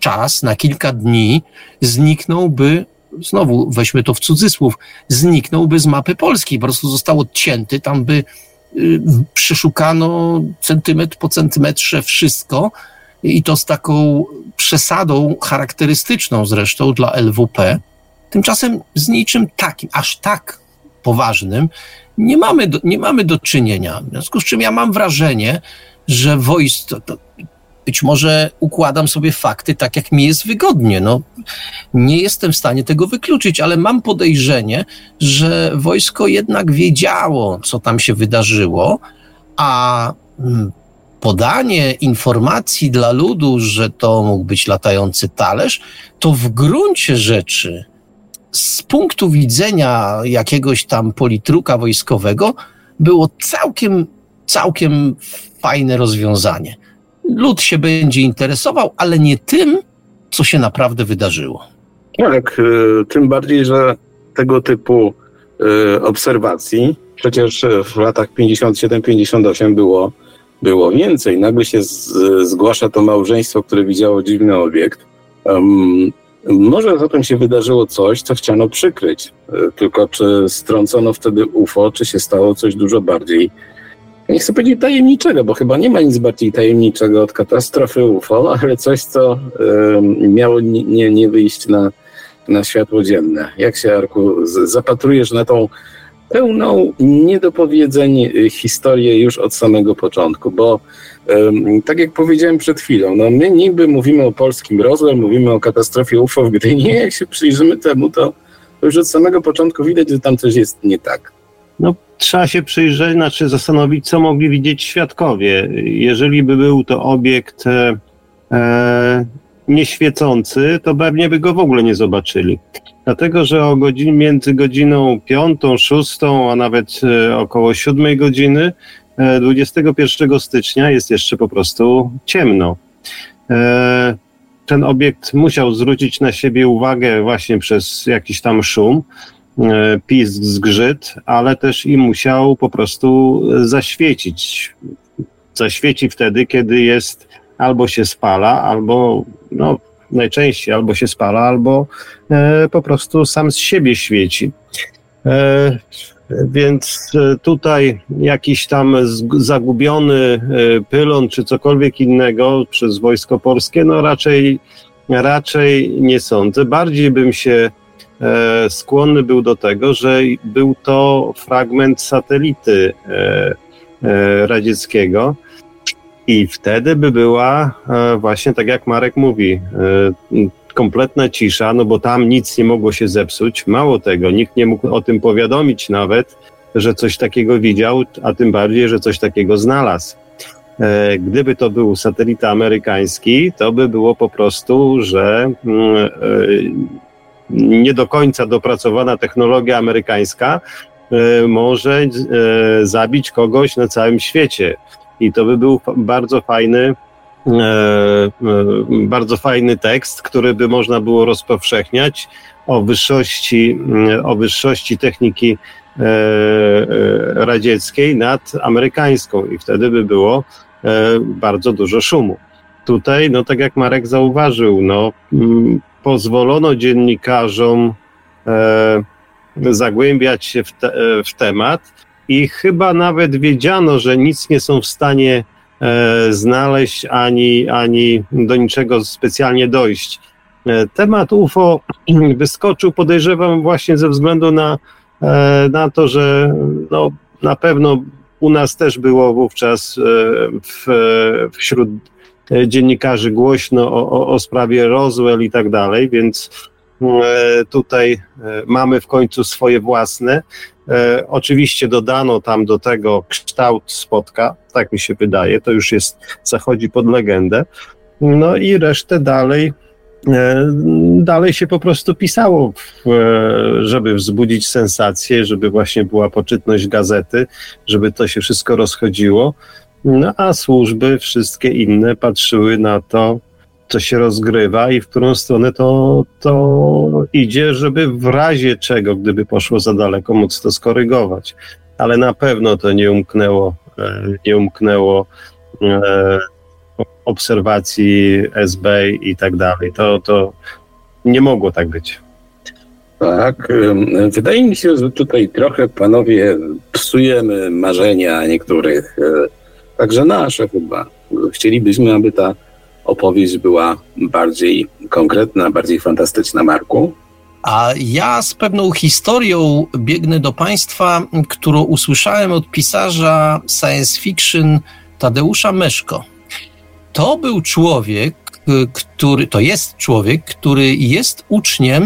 S4: czas, na kilka dni zniknąłby, znowu weźmy to w cudzysłów, zniknąłby z mapy Polski, po prostu został odcięty, tam by przeszukano centymetr po centymetrze wszystko i to z taką przesadą charakterystyczną zresztą dla LWP. Tymczasem z niczym takim, aż tak poważnym nie mamy do czynienia. W związku z czym ja mam wrażenie, że wojsko, być może układam sobie fakty tak, jak mi jest wygodnie. No, nie jestem w stanie tego wykluczyć, ale mam podejrzenie, że wojsko jednak wiedziało, co tam się wydarzyło, a podanie informacji dla ludu, że to mógł być latający talerz, to w gruncie rzeczy z punktu widzenia jakiegoś tam politruka wojskowego było całkiem fajne rozwiązanie. Lud się będzie interesował, ale nie tym, co się naprawdę wydarzyło.
S2: Tak, tym bardziej, że tego typu obserwacji przecież w latach 57-58 było więcej. Nagle się zgłasza to małżeństwo, które widziało dziwny obiekt. Może zatem się wydarzyło coś, co chciano przykryć. Tylko czy strącono wtedy UFO, czy się stało coś dużo bardziej, nie chcę powiedzieć tajemniczego, bo chyba nie ma nic bardziej tajemniczego od katastrofy UFO, ale coś, co miało nie wyjść na światło dzienne. Jak się, Arku, zapatrujesz na tą pełną niedopowiedzeń historię już od samego początku? Bo tak jak powiedziałem przed chwilą, no my niby mówimy o polskim Roswell, mówimy o katastrofie UFO w Gdyni, jak się przyjrzymy temu, to już od samego początku widać, że tam coś jest nie tak.
S3: No, trzeba się przyjrzeć, zastanowić, co mogli widzieć świadkowie. Jeżeli by był to obiekt nieświecący, to pewnie by go w ogóle nie zobaczyli. Dlatego, że między godziną 5, 6, a nawet około 7 godziny 21 stycznia jest jeszcze po prostu ciemno. Ten obiekt musiał zwrócić na siebie uwagę właśnie przez jakiś tam szum, pisk, zgrzyt, ale też i musiał po prostu zaświecić. Zaświeci wtedy, kiedy albo się spala, albo najczęściej albo się spala, albo po prostu sam z siebie świeci. Więc tutaj jakiś tam zagubiony pylon czy cokolwiek innego przez Wojsko Polskie, no raczej nie sądzę. Bardziej bym się skłonny był do tego, że był to fragment satelity radzieckiego i wtedy by była właśnie tak jak Marek mówi, kompletna cisza, no bo tam nic nie mogło się zepsuć. Mało tego, nikt nie mógł o tym powiadomić nawet, że coś takiego widział, a tym bardziej, że coś takiego znalazł. Gdyby to był satelita amerykański, to by było po prostu, że nie do końca dopracowana technologia amerykańska może zabić kogoś na całym świecie. I to by był bardzo fajny tekst, który by można było rozpowszechniać o wyższości techniki radzieckiej nad amerykańską i wtedy by było bardzo dużo szumu. Tutaj, no tak jak Marek zauważył, pozwolono dziennikarzom zagłębiać się w temat i chyba nawet wiedziano, że nic nie są w stanie znaleźć ani do niczego specjalnie dojść. Temat UFO wyskoczył, podejrzewam, właśnie ze względu na to, że na pewno u nas też było wówczas wśród dziennikarzy głośno o sprawie Roswell i tak dalej, więc tutaj mamy w końcu swoje własne. Oczywiście dodano tam do tego kształt spotka, tak mi się wydaje, to już zachodzi pod legendę. No i resztę dalej się po prostu pisało, żeby wzbudzić sensację, żeby właśnie była poczytność gazety, żeby to się wszystko rozchodziło. No a służby wszystkie inne patrzyły na to, co się rozgrywa i w którą stronę to idzie, żeby w razie czego, gdyby poszło za daleko, móc to skorygować. Ale na pewno to nie umknęło obserwacji SB i tak dalej. To nie mogło tak być.
S2: Tak, wydaje mi się, że tutaj trochę, panowie, psujemy marzenia niektórych, także nasze chyba. Chcielibyśmy, aby ta opowieść była bardziej konkretna, bardziej fantastyczna, Marku.
S4: A ja z pewną historią biegnę do państwa, którą usłyszałem od pisarza science fiction Tadeusza Meszko. To był człowiek, który jest uczniem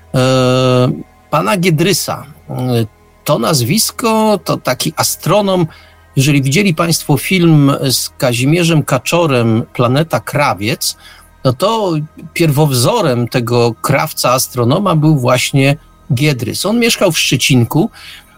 S4: pana Giedrysa. To nazwisko, to taki astronom. Jeżeli widzieli państwo film z Kazimierzem Kaczorem Planeta Krawiec, no to pierwowzorem tego krawca astronoma był właśnie Giedrys. On mieszkał w Szczecinku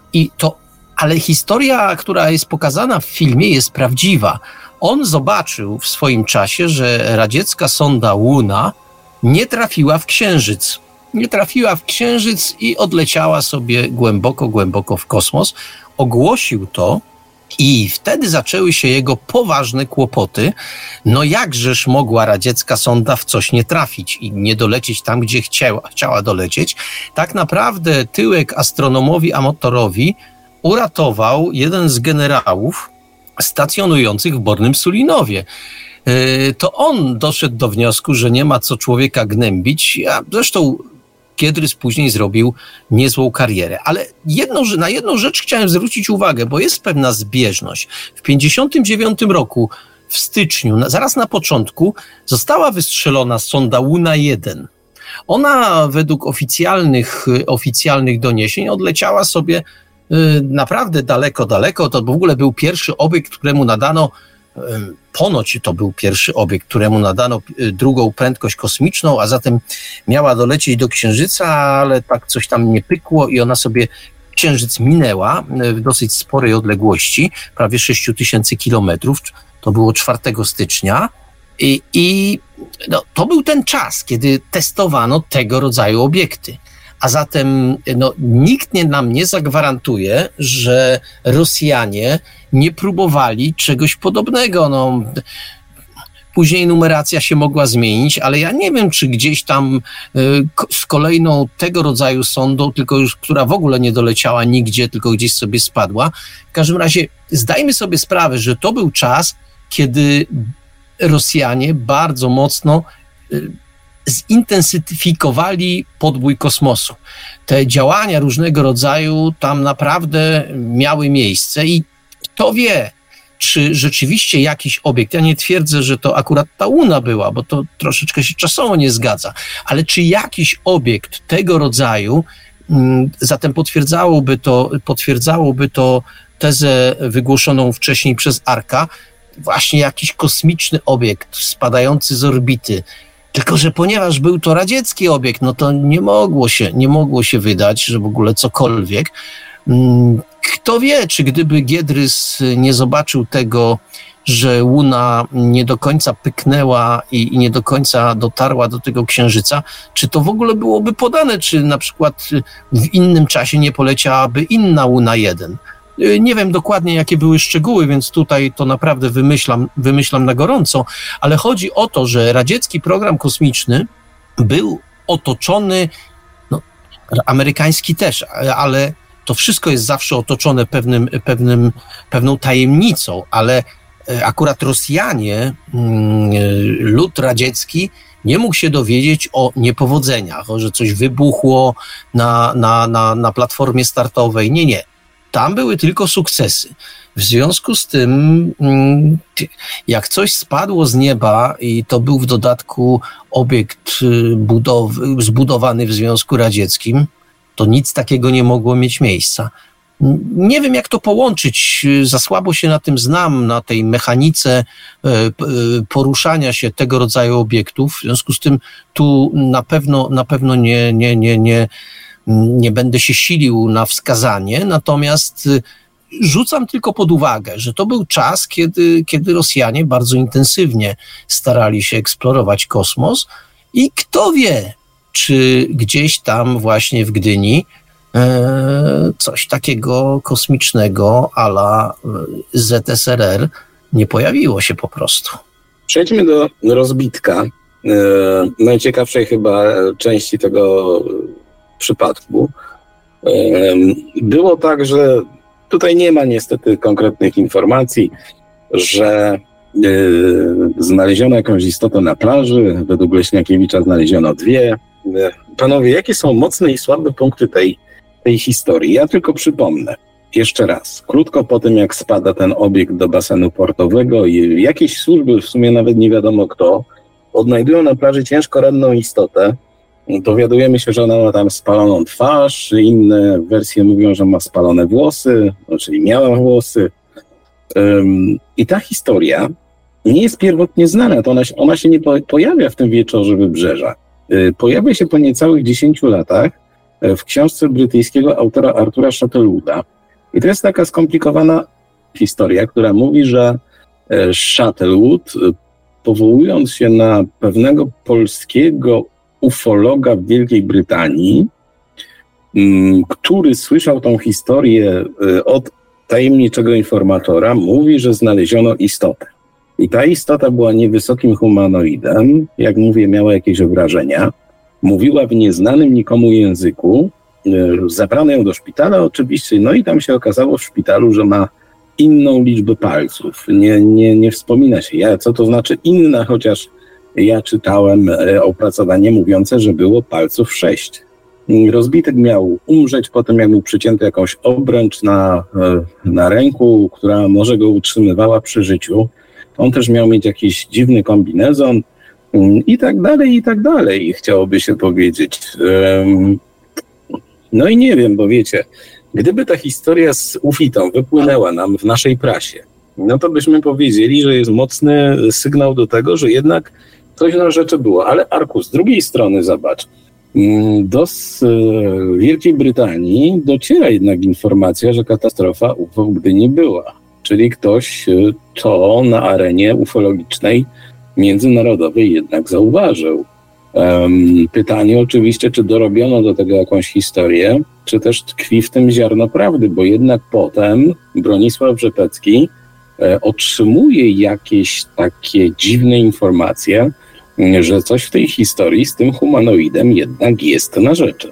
S4: ale historia, która jest pokazana w filmie, jest prawdziwa. On zobaczył w swoim czasie, że radziecka sonda Łuna nie trafiła w Księżyc. Nie trafiła w Księżyc i odleciała sobie głęboko, głęboko w kosmos. Ogłosił to i wtedy zaczęły się jego poważne kłopoty. No jakżeż mogła radziecka sonda w coś nie trafić i nie dolecieć tam, gdzie chciała dolecieć. Tak naprawdę tyłek astronomowi amatorowi uratował jeden z generałów stacjonujących w Bornym Sulinowie. To on doszedł do wniosku, że nie ma co człowieka gnębić, a zresztą Giedrys później zrobił niezłą karierę. Ale na jedną rzecz chciałem zwrócić uwagę, bo jest pewna zbieżność. W 1959 roku, w styczniu, zaraz na początku, została wystrzelona sonda Łuna 1. Ona według oficjalnych doniesień odleciała sobie naprawdę daleko, daleko. To w ogóle był pierwszy obiekt, któremu nadano, ponoć to był pierwszy obiekt, któremu nadano drugą prędkość kosmiczną, a zatem miała dolecieć do Księżyca, ale tak coś tam nie pykło i ona sobie Księżyc minęła w dosyć sporej odległości, prawie 6000 kilometrów. To było 4 stycznia. I to był ten czas, kiedy testowano tego rodzaju obiekty. A zatem nikt nam nie zagwarantuje, że Rosjanie nie próbowali czegoś podobnego. Później numeracja się mogła zmienić, ale ja nie wiem, czy gdzieś tam z kolejną tego rodzaju sondą, tylko już która w ogóle nie doleciała nigdzie, tylko gdzieś sobie spadła. W każdym razie zdajmy sobie sprawę, że to był czas, kiedy Rosjanie bardzo mocno zintensyfikowali podbój kosmosu. Te działania różnego rodzaju tam naprawdę miały miejsce i kto wie, czy rzeczywiście jakiś obiekt, ja nie twierdzę, że to akurat ta Łuna była, bo to troszeczkę się czasowo nie zgadza, ale czy jakiś obiekt tego rodzaju, zatem potwierdzałoby to tezę wygłoszoną wcześniej przez Arka, właśnie jakiś kosmiczny obiekt spadający z orbity. Tylko że ponieważ był to radziecki obiekt, to nie mogło się wydać, że w ogóle cokolwiek. Kto wie, czy gdyby Giedrys nie zobaczył tego, że Łuna nie do końca pyknęła i nie do końca dotarła do tego Księżyca, czy to w ogóle byłoby podane, czy na przykład w innym czasie nie poleciałaby inna Łuna 1. Nie wiem dokładnie, jakie były szczegóły, więc tutaj to naprawdę wymyślam na gorąco, ale chodzi o to, że radziecki program kosmiczny był otoczony, amerykański też, ale to wszystko jest zawsze otoczone pewną tajemnicą, ale akurat Rosjanie, lud radziecki nie mógł się dowiedzieć o niepowodzeniach, że coś wybuchło na platformie startowej. Nie. Tam były tylko sukcesy. W związku z tym, jak coś spadło z nieba i to był w dodatku obiekt zbudowany w Związku Radzieckim, to nic takiego nie mogło mieć miejsca. Nie wiem, jak to połączyć. Za słabo się na tym znam, na tej mechanice poruszania się tego rodzaju obiektów. W związku z tym tu na pewno nie będę się silił na wskazanie, natomiast rzucam tylko pod uwagę, że to był czas, kiedy Rosjanie bardzo intensywnie starali się eksplorować kosmos i kto wie, czy gdzieś tam właśnie w Gdyni coś takiego kosmicznego a la ZSRR nie pojawiło się po prostu.
S2: Przejdźmy do rozbitka, najciekawszej chyba części tego przypadku. Było tak, że tutaj nie ma niestety konkretnych informacji, że znaleziono jakąś istotę na plaży, według Leśniakiewicza znaleziono 2. Panowie, jakie są mocne i słabe punkty tej historii? Ja tylko przypomnę jeszcze raz, krótko po tym, jak spada ten obiekt do basenu portowego i jakieś służby, w sumie nawet nie wiadomo kto, odnajdują na plaży ciężko ranną istotę. Dowiadujemy się, że ona ma tam spaloną twarz, inne wersje mówią, że ma spalone włosy, czyli miała włosy. I ta historia nie jest pierwotnie znana, to ona się nie pojawia w tym Wieczorze Wybrzeża. Pojawia się po niecałych 10 latach w książce brytyjskiego autora Artura Shuttlewood'a. I to jest taka skomplikowana historia, która mówi, że Shuttlewood, powołując się na pewnego polskiego ufologa w Wielkiej Brytanii, który słyszał tą historię od tajemniczego informatora, mówi, że znaleziono istotę. I ta istota była niewysokim humanoidem, jak mówię, miała jakieś obrażenia, mówiła w nieznanym nikomu języku, zabrano ją do szpitala oczywiście, no i tam się okazało w szpitalu, że ma inną liczbę palców. Nie wspomina się, co to znaczy inna, chociaż ja czytałem opracowanie mówiące, że było palców 6. Rozbitek miał umrzeć po tym, jak był przycięty jakąś obręcz na ręku, która może go utrzymywała przy życiu. On też miał mieć jakiś dziwny kombinezon i tak dalej, chciałoby się powiedzieć. No i nie wiem, bo wiecie, gdyby ta historia z ufitą wypłynęła nam w naszej prasie, no to byśmy powiedzieli, że jest mocny sygnał do tego, że jednak coś na rzeczy było. Ale Arku, z drugiej strony zobacz, do Wielkiej Brytanii dociera jednak informacja, że katastrofa UFO w Gdyni była. Czyli ktoś to na arenie ufologicznej międzynarodowej jednak zauważył. Pytanie oczywiście, czy dorobiono do tego jakąś historię, czy też tkwi w tym ziarno prawdy, bo jednak potem Bronisław Rzepecki otrzymuje jakieś takie dziwne informacje, że coś w tej historii z tym humanoidem jednak jest na rzeczy.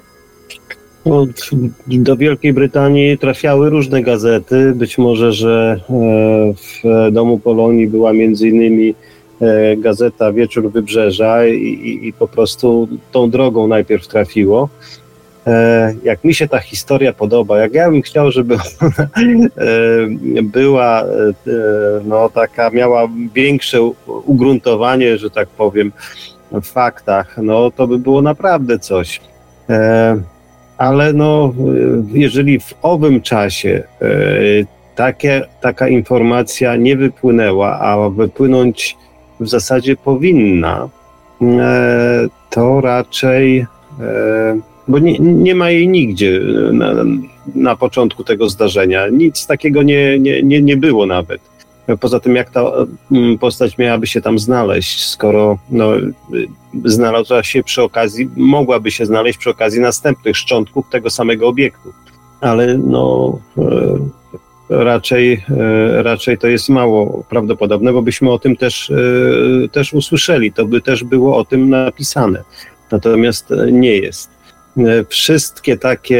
S3: Do Wielkiej Brytanii trafiały różne gazety. Być może, że w Domu Polonii była między innymi gazeta Wieczór Wybrzeża i po prostu tą drogą najpierw trafiło. Jak mi się ta historia podoba, jak ja bym chciał, żeby ona była taka, miała większe ugruntowanie, że tak powiem, w faktach, no to by było naprawdę coś. Ale jeżeli w owym czasie taka informacja nie wypłynęła, a wypłynąć w zasadzie powinna, to raczej, bo nie ma jej nigdzie na początku tego zdarzenia. Nic takiego nie było nawet. Poza tym, jak ta postać miałaby się tam znaleźć, skoro znalazła się przy okazji, mogłaby się znaleźć przy okazji następnych szczątków tego samego obiektu. Ale raczej to jest mało prawdopodobne, bo byśmy o tym też usłyszeli. To by też było o tym napisane. Natomiast nie jest. Wszystkie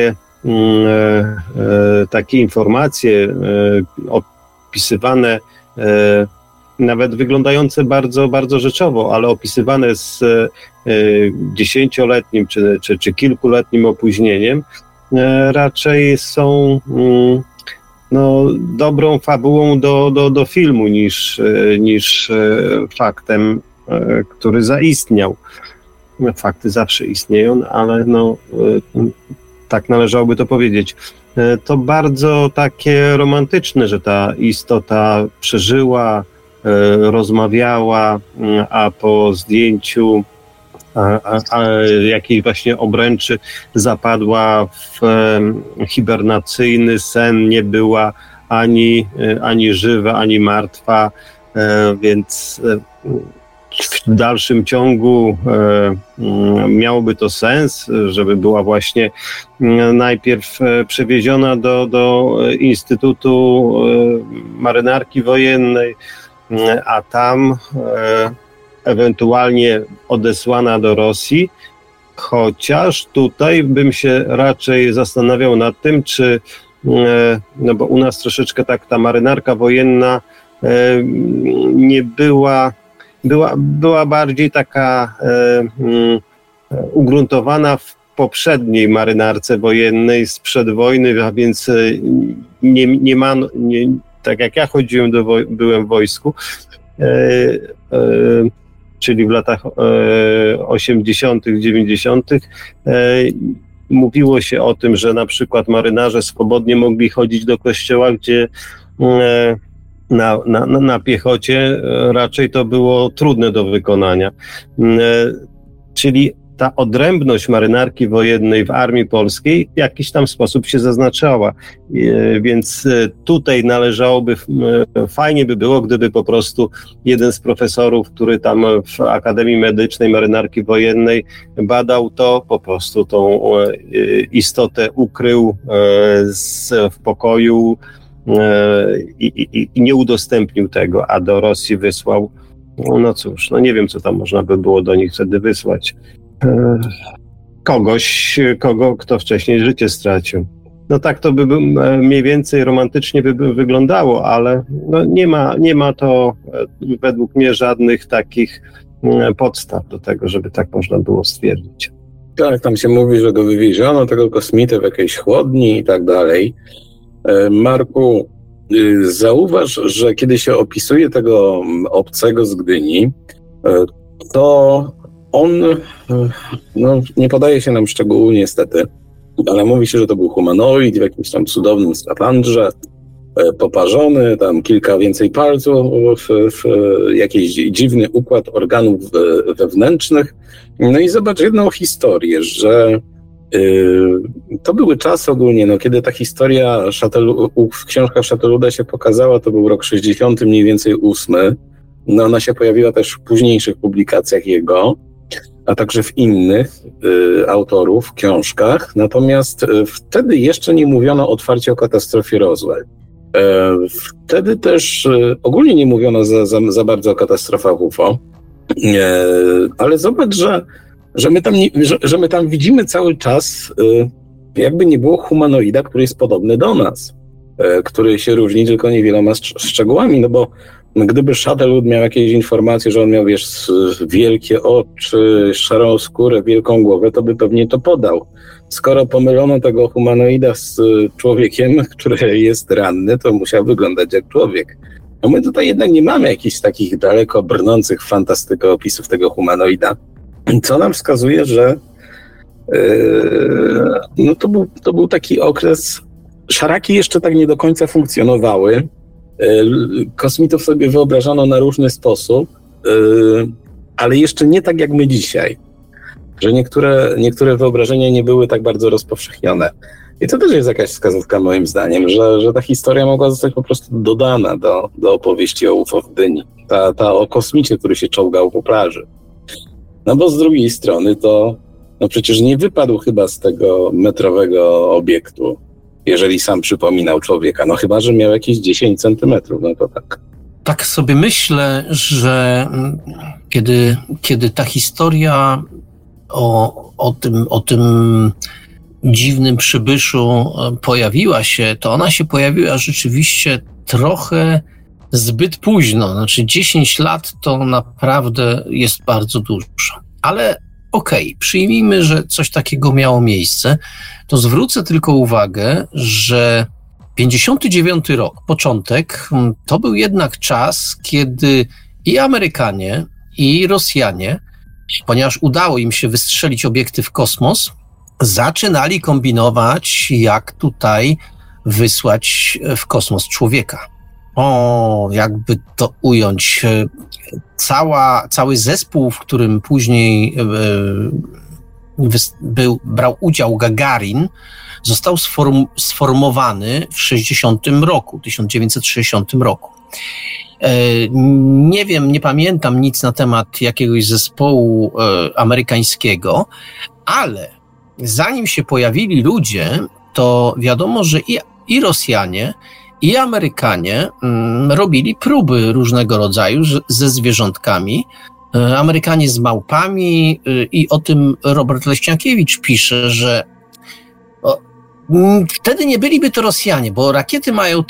S3: takie informacje opisywane, nawet wyglądające bardzo, bardzo rzeczowo, ale opisywane z 10-letnim czy kilkuletnim opóźnieniem, raczej są dobrą fabułą do filmu niż faktem, który zaistniał. Fakty zawsze istnieją, ale tak należałoby to powiedzieć. To bardzo takie romantyczne, że ta istota przeżyła, rozmawiała, a po zdjęciu jakiej właśnie obręczy zapadła w hibernacyjny sen, nie była ani żywa, ani martwa, więc w dalszym ciągu miałoby to sens, żeby była właśnie najpierw przewieziona do Instytutu Marynarki Wojennej, a tam ewentualnie odesłana do Rosji, chociaż tutaj bym się raczej zastanawiał nad tym, czy, no bo u nas troszeczkę tak ta marynarka wojenna nie była bardziej taka ugruntowana w poprzedniej marynarce wojennej sprzed wojny, a więc nie ma, tak jak ja byłem w wojsku, czyli w latach 80., 90., mówiło się o tym, że na przykład marynarze swobodnie mogli chodzić do kościoła, gdzie na piechocie raczej to było trudne do wykonania. Czyli ta odrębność marynarki wojennej w Armii Polskiej w jakiś tam sposób się zaznaczała. Więc tutaj należałoby, fajnie by było, gdyby po prostu jeden z profesorów, który tam w Akademii Medycznej Marynarki Wojennej badał to, po prostu tą istotę ukrył w pokoju i nie udostępnił tego, a do Rosji wysłał, no cóż, no nie wiem, co tam można by było do nich wtedy wysłać. Kto wcześniej życie stracił. No tak to by mniej więcej romantycznie by wyglądało, ale no nie ma to według mnie żadnych takich podstaw do tego, żeby tak można było stwierdzić.
S2: Tak, tam się mówi, że go wywieziono, tego kosmitę w jakiejś chłodni i tak dalej. Marku, zauważ, że kiedy się opisuje tego obcego z Gdyni, to on, no nie podaje się nam szczegółów niestety, ale mówi się, że to był humanoid w jakimś tam cudownym skafandrze, poparzony, tam kilka więcej palców, jakiś dziwny układ organów wewnętrznych. No i zobacz jedną historię, że to były czasy ogólnie, no kiedy ta historia w książkach Chateluda się pokazała, to był rok 60, mniej więcej 8. No ona się pojawiła też w późniejszych publikacjach jego, a także w innych autorów, książkach. Natomiast wtedy jeszcze nie mówiono otwarcie o katastrofie Roswell. Wtedy też ogólnie nie mówiono za bardzo o katastrofach UFO. Ale zobacz, że my tam widzimy cały czas, jakby nie było humanoida, który jest podobny do nas, który się różni tylko niewieloma szczegółami, no bo gdyby Chatelud miał jakieś informacje, że on miał, wiesz, wielkie oczy, szarą skórę, wielką głowę, to by pewnie to podał. Skoro pomylono tego humanoida z człowiekiem, który jest ranny, to musiał wyglądać jak człowiek. A my tutaj jednak nie mamy jakichś takich daleko brnących fantastyko opisów tego humanoida, co nam wskazuje, że no to był taki okres, szaraki jeszcze tak nie do końca funkcjonowały, kosmitów sobie wyobrażano na różny sposób, ale jeszcze nie tak jak my dzisiaj, że niektóre wyobrażenia nie były tak bardzo rozpowszechnione. I to też jest jakaś wskazówka moim zdaniem, że ta historia mogła zostać po prostu dodana do opowieści o UFO w Gdyni. Ta o kosmicie, który się czołgał po plaży. No bo z drugiej strony to no przecież nie wypadł chyba z tego metrowego obiektu, jeżeli sam przypominał człowieka. No chyba, że miał jakieś 10 centymetrów, no to tak.
S4: Tak sobie myślę, że kiedy ta historia o tym dziwnym przybyszu pojawiła się, to ona się pojawiła rzeczywiście trochę zbyt późno. Znaczy 10 lat to naprawdę jest bardzo dużo. Ale okej, przyjmijmy, że coś takiego miało miejsce, to zwrócę tylko uwagę, że 59 rok, początek, to był jednak czas, kiedy i Amerykanie, i Rosjanie, ponieważ udało im się wystrzelić obiekty w kosmos, zaczynali kombinować, jak tutaj wysłać w kosmos człowieka. Jakby to ująć, cały zespół, w którym później brał udział Gagarin, został sformowany w 1960 roku. Nie wiem, nie pamiętam nic na temat jakiegoś zespołu amerykańskiego, ale zanim się pojawili ludzie, to wiadomo, że i Rosjanie, i Amerykanie robili próby różnego rodzaju ze zwierzątkami, Amerykanie z małpami i o tym Robert Leśniakiewicz pisze, że wtedy nie byliby to Rosjanie, bo rakiety mają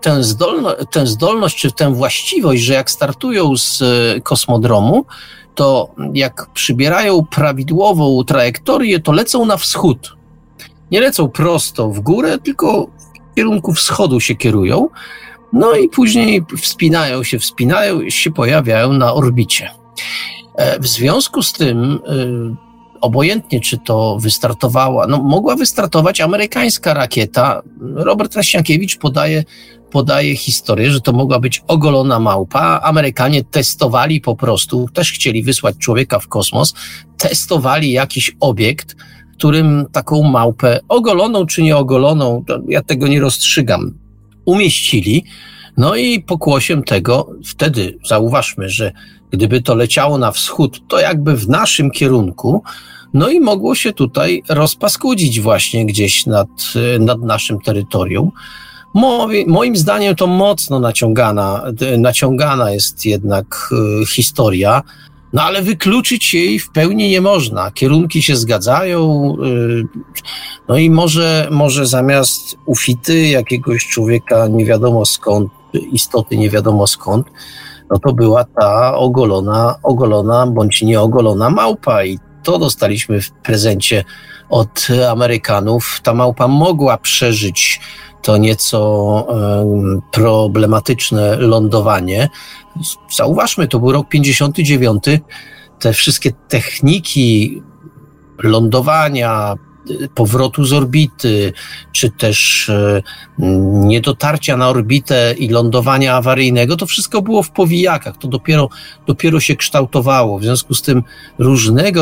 S4: tę zdolność, czy tę właściwość, że jak startują z kosmodromu, to jak przybierają prawidłową trajektorię, to lecą na wschód. Nie lecą prosto w górę, tylko w kierunku wschodu się kierują, no i później wspinają się, pojawiają na orbicie. W związku z tym, obojętnie czy to wystartowała, mogła wystartować amerykańska rakieta. Robert Leśniakiewicz podaje historię, że to mogła być ogolona małpa. Amerykanie testowali po prostu, też chcieli wysłać człowieka w kosmos, testowali jakiś obiekt, którym taką małpę ogoloną czy nieogoloną, ja tego nie rozstrzygam, umieścili. No i pokłosiem tego, wtedy zauważmy, że gdyby to leciało na wschód, to jakby w naszym kierunku, no i mogło się tutaj rozpaskudzić właśnie gdzieś nad naszym terytorium. Moim zdaniem to mocno naciągana jest jednak historia, no ale wykluczyć jej w pełni nie można. Kierunki się zgadzają, no i może zamiast ufity jakiegoś człowieka nie wiadomo skąd, istoty nie wiadomo skąd, no to była ta ogolona bądź nieogolona małpa i to dostaliśmy w prezencie od Amerykanów. Ta małpa mogła przeżyć to nieco problematyczne lądowanie. Zauważmy, to był rok 59. Te wszystkie techniki lądowania, powrotu z orbity, czy też niedotarcia na orbitę i lądowania awaryjnego, to wszystko było w powijakach, to dopiero się kształtowało. W związku z tym różnego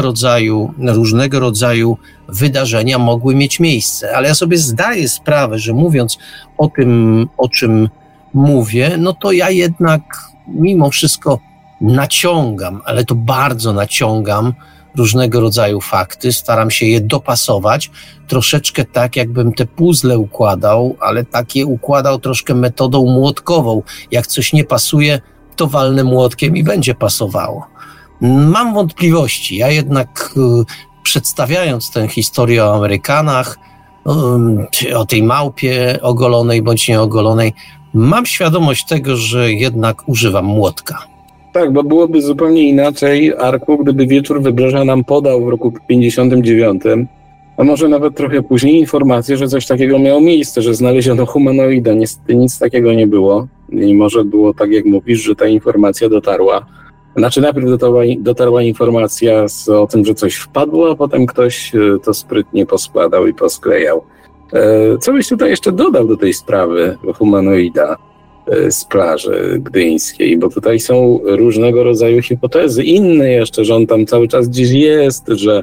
S4: rodzaju wydarzenia mogły mieć miejsce. Ale ja sobie zdaję sprawę, że mówiąc o tym, o czym mówię, no to ja jednak mimo wszystko naciągam, ale to bardzo naciągam różnego rodzaju fakty, staram się je dopasować, troszeczkę tak, jakbym te puzzle układał, ale takie układał troszkę metodą młotkową. Jak coś nie pasuje, to walnę młotkiem i będzie pasowało. Mam wątpliwości. Ja jednak przedstawiając tę historię o Amerykanach, o tej małpie ogolonej bądź nieogolonej, mam świadomość tego, że jednak używam młotka.
S2: Tak, bo byłoby zupełnie inaczej, Arku, gdyby Wieczór Wybrzeża nam podał w roku 59, a może nawet trochę później, informację, że coś takiego miało miejsce, że znaleziono humanoida. Niestety nic takiego nie było i może było tak, jak mówisz, że ta informacja dotarła. Znaczy najpierw dotarła informacja o tym, że coś wpadło, a potem ktoś to sprytnie poskładał i posklejał. Co byś tutaj jeszcze dodał do tej sprawy humanoida z plaży gdyńskiej, bo tutaj są różnego rodzaju hipotezy, inne jeszcze, że on tam cały czas gdzieś jest,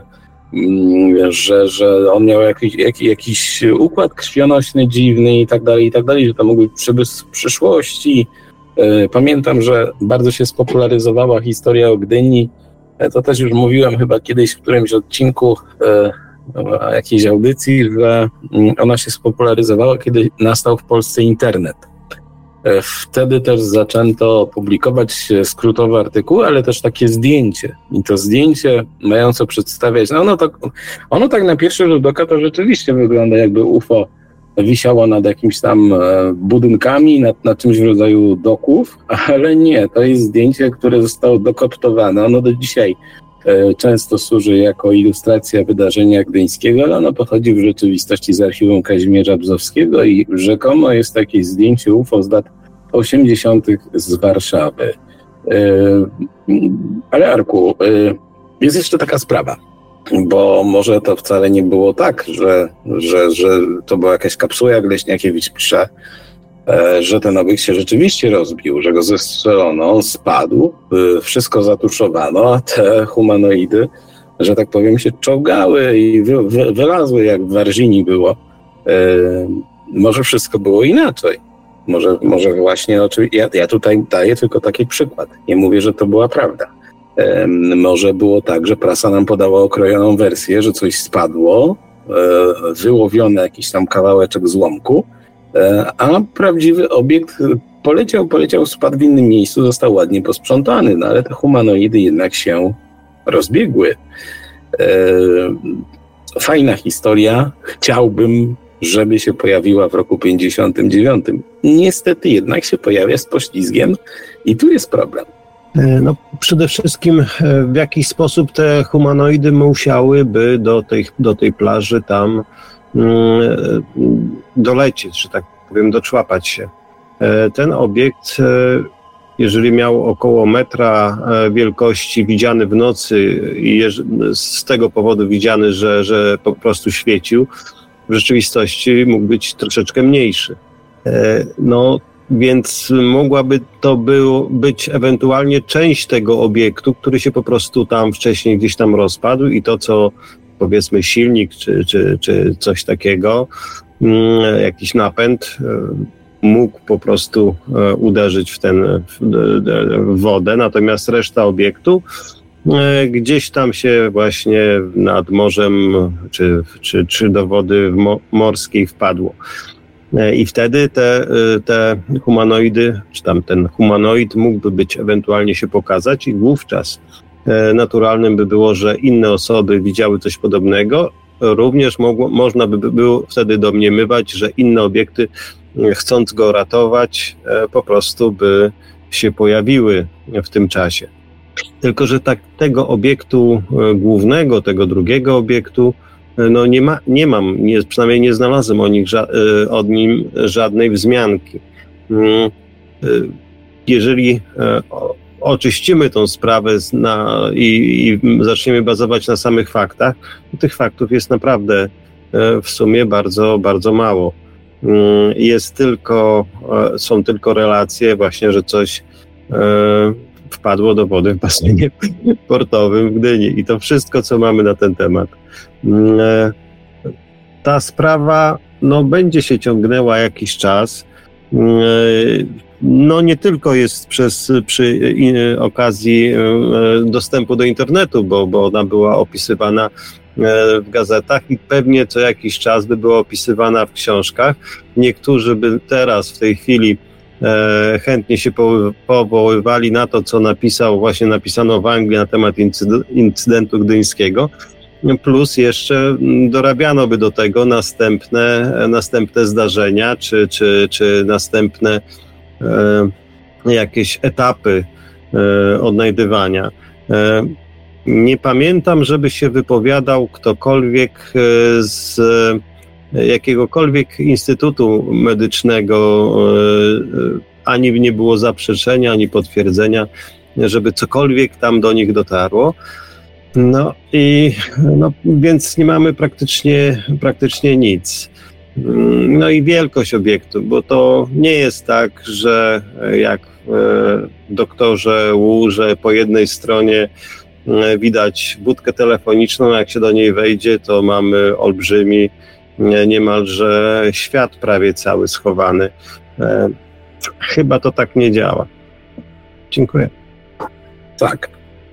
S2: że on miał jakiś układ krwionośny dziwny i tak dalej, że to mógł być przybysz z przyszłości. Pamiętam, że bardzo się spopularyzowała historia o Gdyni, to też już mówiłem chyba kiedyś w którymś odcinku jakiejś audycji, że ona się spopularyzowała, kiedy nastał w Polsce internet. Wtedy też zaczęto publikować skrótowe artykuły, ale też takie zdjęcie. I to zdjęcie mające przedstawiać, ono tak na pierwszy rzut oka to rzeczywiście wygląda, jakby UFO wisiało nad jakimiś tam budynkami, nad czymś w rodzaju doków, ale nie, to jest zdjęcie, które zostało dokoptowane. Ono do dzisiaj często służy jako ilustracja wydarzenia gdyńskiego, ale ono pochodzi w rzeczywistości z archiwum Kazimierza Bzowskiego i rzekomo jest takie zdjęcie UFO z lat 80. z Warszawy. Ale Arku, jest jeszcze taka sprawa, bo może to wcale nie było tak, że to była jakaś kapsuła, jak Leśniakiewicz pisze, że ten obiekt się rzeczywiście rozbił, że go zestrzelono, spadł, wszystko zatuszowano, a te humanoidy, że tak powiem, się czołgały i wylazły, jak w Warzini było. Może wszystko było inaczej. Może właśnie, ja tutaj daję tylko taki przykład. Nie mówię, że to była prawda. Może było tak, że prasa nam podała okrojoną wersję, że coś spadło, wyłowiony jakiś tam kawałeczek złomku, a prawdziwy obiekt poleciał, spadł w innym miejscu, został ładnie posprzątany, no ale te humanoidy jednak się rozbiegły. Fajna historia. Chciałbym, żeby się pojawiła w roku 59. Niestety jednak się pojawia z poślizgiem i tu jest problem.
S3: No, przede wszystkim w jakiś sposób te humanoidy musiałyby do tej plaży tam dolecieć, że tak powiem, doczłapać się. Ten obiekt, jeżeli miał około metra wielkości, widziany w nocy i z tego powodu widziany, że po prostu świecił, w rzeczywistości mógł być troszeczkę mniejszy. No, więc mogłaby to być ewentualnie część tego obiektu, który się po prostu tam wcześniej gdzieś tam rozpadł i to, co powiedzmy silnik czy coś takiego, jakiś napęd, mógł po prostu uderzyć w wodę, natomiast reszta obiektu gdzieś tam się właśnie nad morzem czy do wody morskiej wpadło. I wtedy te humanoidy, czy tam ten humanoid mógłby być ewentualnie się pokazać i wówczas naturalnym by było, że inne osoby widziały coś podobnego. Również można by było wtedy domniemywać, że inne obiekty, chcąc go ratować, po prostu by się pojawiły w tym czasie. Tylko że tego obiektu głównego, tego drugiego obiektu, no przynajmniej nie znalazłem o nim żadnej wzmianki. Jeżeli oczyścimy tą sprawę i zaczniemy bazować na samych faktach, to tych faktów jest naprawdę w sumie bardzo, bardzo mało. Są tylko relacje właśnie, że coś wpadło do wody w basenie portowym w Gdyni i to wszystko, co mamy na ten temat. Ta sprawa będzie się ciągnęła jakiś czas. Nie tylko jest przy okazji dostępu do internetu, bo ona była opisywana w gazetach i pewnie co jakiś czas by była opisywana w książkach. Niektórzy by teraz w tej chwili chętnie się powoływali na to, co napisano w Anglii na temat incydentu gdyńskiego, plus jeszcze dorabiano by do tego następne zdarzenia, czy następne jakieś etapy odnajdywania. Nie pamiętam, żeby się wypowiadał ktokolwiek z jakiegokolwiek instytutu medycznego, ani nie było zaprzeczenia, ani potwierdzenia, żeby cokolwiek tam do nich dotarło. Więc nie mamy praktycznie nic. No i wielkość obiektu, bo to nie jest tak, że jak w Doktorze Wu, że po jednej stronie widać budkę telefoniczną, jak się do niej wejdzie, to mamy olbrzymi, niemalże świat prawie cały schowany. Chyba to tak nie działa. Dziękuję.
S2: Tak.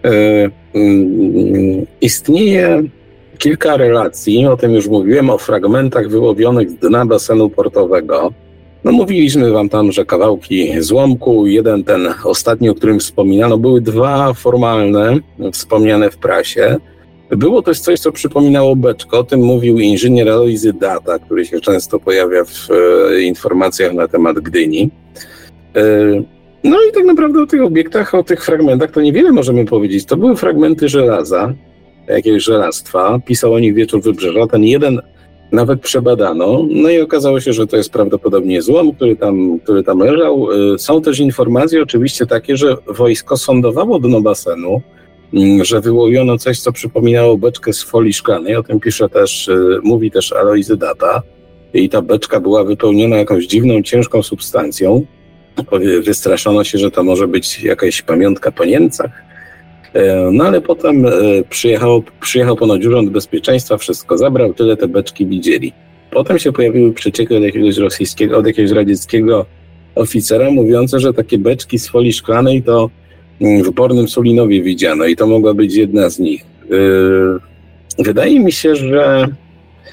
S2: Istnieje kilka relacji, o tym już mówiłem, o fragmentach wyłowionych z dna basenu portowego. Mówiliśmy wam tam, że kawałki złomku, jeden ten ostatni, o którym wspominano, były dwa formalne, wspomniane w prasie. Było też coś, co przypominało beczkę. O tym mówił inżynier Alojzy Data, który się często pojawia w informacjach na temat Gdyni. I tak naprawdę o tych obiektach, o tych fragmentach to niewiele możemy powiedzieć. To były fragmenty żelaza, jakiegoś żelastwa. Pisał o nich Wieczór Wybrzeża. Ten jeden nawet przebadano. I okazało się, że to jest prawdopodobnie złom, który tam leżał. Są też informacje oczywiście takie, że wojsko sondowało dno basenu, że wyłowiono coś, co przypominało beczkę z folii szklanej. O tym mówi też Alojzy Data. I ta beczka była wypełniona jakąś dziwną, ciężką substancją. Wystraszono się, że to może być jakaś pamiątka po Niemcach. Ale potem przyjechał ponoć Urząd Bezpieczeństwa, wszystko zabrał, tyle te beczki widzieli. Potem się pojawiły przecieki od jakiegoś radzieckiego oficera mówiące, że takie beczki z folii szklanej to w Bornym Sulinowie widziano i to mogła być jedna z nich. Wydaje mi się, że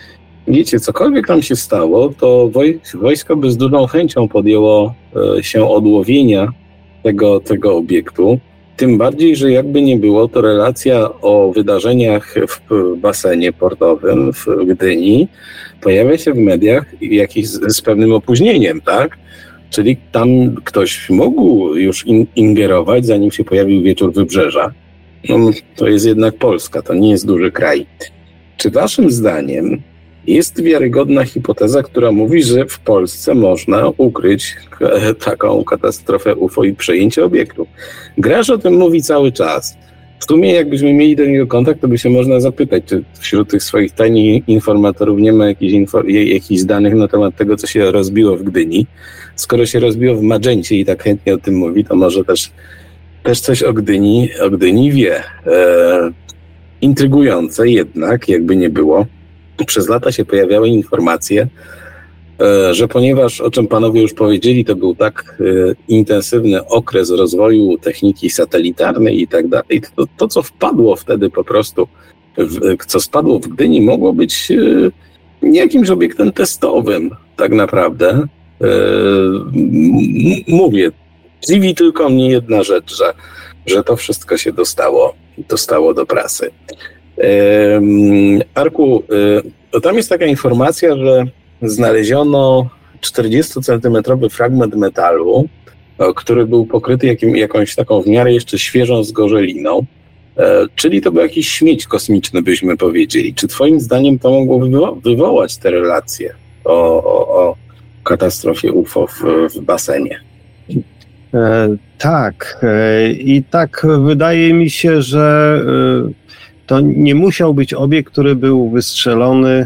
S2: wiecie, cokolwiek tam się stało, to wojsko by z dużą chęcią podjęło się odłowienia tego obiektu. Tym bardziej, że jakby nie było, to relacja o wydarzeniach w basenie portowym w Gdyni pojawia się w mediach z pewnym opóźnieniem, tak? Czyli tam ktoś mógł już ingerować, zanim się pojawił Wieczór Wybrzeża. No, to jest jednak Polska, to nie jest duży kraj. Czy waszym zdaniem jest wiarygodna hipoteza, która mówi, że w Polsce można ukryć taką katastrofę UFO i przejęcie obiektu? Gracz o tym mówi cały czas. W sumie jakbyśmy mieli do niego kontakt, to by się można zapytać, czy wśród tych swoich tajnych informatorów nie ma jakichś danych na temat tego, co się rozbiło w Gdyni. Skoro się rozbiło w Magencie i tak chętnie o tym mówi, to może też coś o Gdyni wie. Intrygujące jednak, jakby nie było, przez lata się pojawiały informacje, że ponieważ, o czym panowie już powiedzieli, to był tak intensywny okres rozwoju techniki satelitarnej i tak dalej, to co wpadło wtedy po prostu, co spadło w Gdyni, mogło być jakimś obiektem testowym tak naprawdę. Mówię, dziwi tylko mnie jedna rzecz, że to wszystko się dostało do prasy. Arku, tam jest taka informacja, że znaleziono 40-centymetrowy fragment metalu, który był pokryty jakąś taką w miarę jeszcze świeżą zgorzeliną, czyli to był jakiś śmieć kosmiczny, byśmy powiedzieli. Czy twoim zdaniem to mogło wywołać te relacje o katastrofie UFO w basenie?
S3: Tak. I tak wydaje mi się, że to nie musiał być obiekt, który był wystrzelony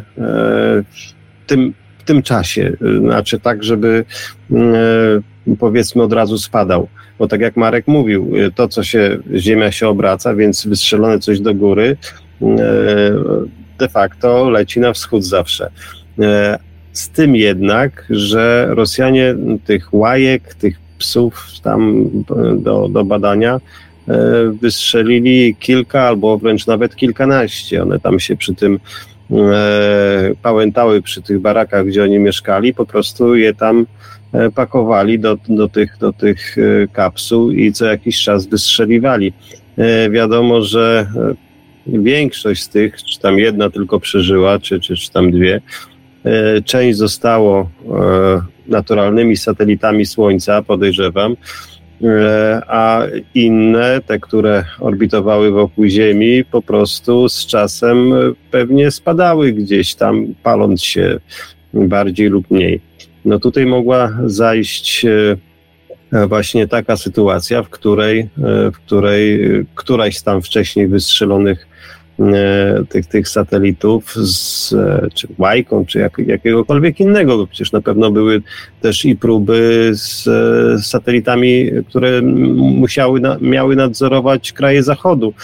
S3: w tym czasie. Znaczy tak, żeby powiedzmy od razu spadał. Bo tak jak Marek mówił, to co Ziemia się obraca, więc wystrzelone coś do góry de facto leci na wschód zawsze. Z tym jednak, że Rosjanie tych łajek, tych psów tam do badania wystrzelili kilka albo wręcz nawet kilkanaście. One tam się przy tym pałętały przy tych barakach, gdzie oni mieszkali, po prostu je tam pakowali do tych kapsuł i co jakiś czas wystrzeliwali. Wiadomo, że większość z tych, czy tam jedna tylko przeżyła, czy tam dwie, część zostało naturalnymi satelitami Słońca, podejrzewam, a inne, te, które orbitowały wokół Ziemi, po prostu z czasem pewnie spadały gdzieś tam, paląc się bardziej lub mniej. No tutaj mogła zajść właśnie taka sytuacja, w której któraś z tam wcześniej wystrzelonych tych satelitów czy łajką, czy jakiegokolwiek innego, bo przecież na pewno były też i próby z satelitami, które miały nadzorować kraje Zachodu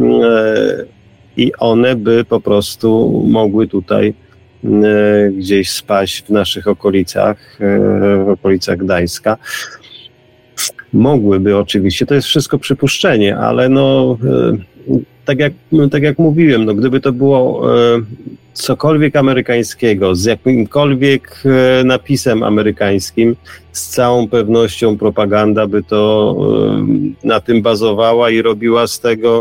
S3: i one by po prostu mogły tutaj gdzieś spaść w naszych okolicach, w okolicach Gdańska. Mogłyby oczywiście, to jest wszystko przypuszczenie, ale no tak jak mówiłem, no gdyby to było cokolwiek amerykańskiego, z jakimkolwiek napisem amerykańskim, z całą pewnością propaganda by to na tym bazowała i robiła z tego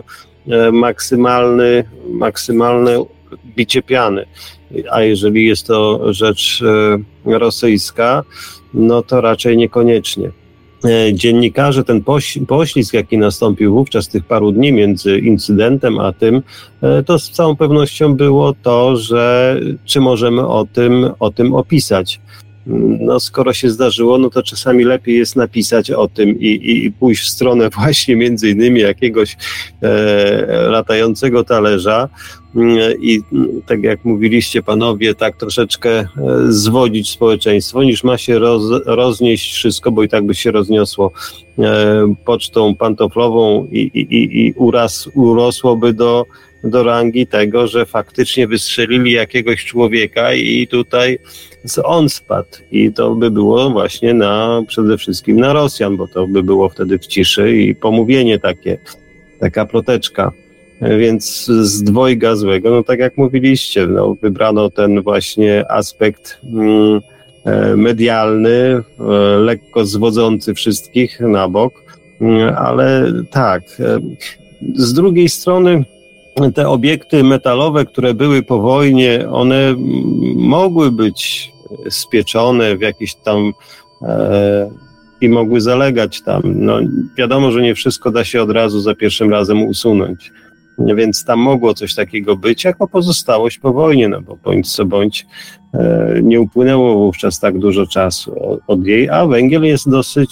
S3: maksymalne bicie piany. A jeżeli jest to rzecz rosyjska, no to raczej niekoniecznie. Dziennikarze, ten poślizg, jaki nastąpił wówczas tych paru dni między incydentem a tym, to z całą pewnością było to, że czy możemy o tym opisać. No skoro się zdarzyło, no to czasami lepiej jest napisać o tym i pójść w stronę właśnie między innymi jakiegoś latającego talerza i tak jak mówiliście panowie, tak troszeczkę zwodzić społeczeństwo, niż ma się roznieść wszystko, bo i tak by się rozniosło pocztą pantoflową i urosłoby do rangi tego, że faktycznie wystrzelili jakiegoś człowieka i tutaj on spadł. I to by było właśnie przede wszystkim na Rosjan, bo to by było wtedy w ciszy i pomówienie taka ploteczka. Więc z dwojga złego, no tak jak mówiliście, no, wybrano ten właśnie aspekt medialny, lekko zwodzący wszystkich na bok, ale tak, z drugiej strony te obiekty metalowe, które były po wojnie, one mogły być spieczone w jakieś tam i mogły zalegać tam. No, wiadomo, że nie wszystko da się od razu za pierwszym razem usunąć. Więc tam mogło coś takiego być, jako pozostałość po wojnie, no bo bądź co bądź nie upłynęło wówczas tak dużo czasu od jej, a węgiel jest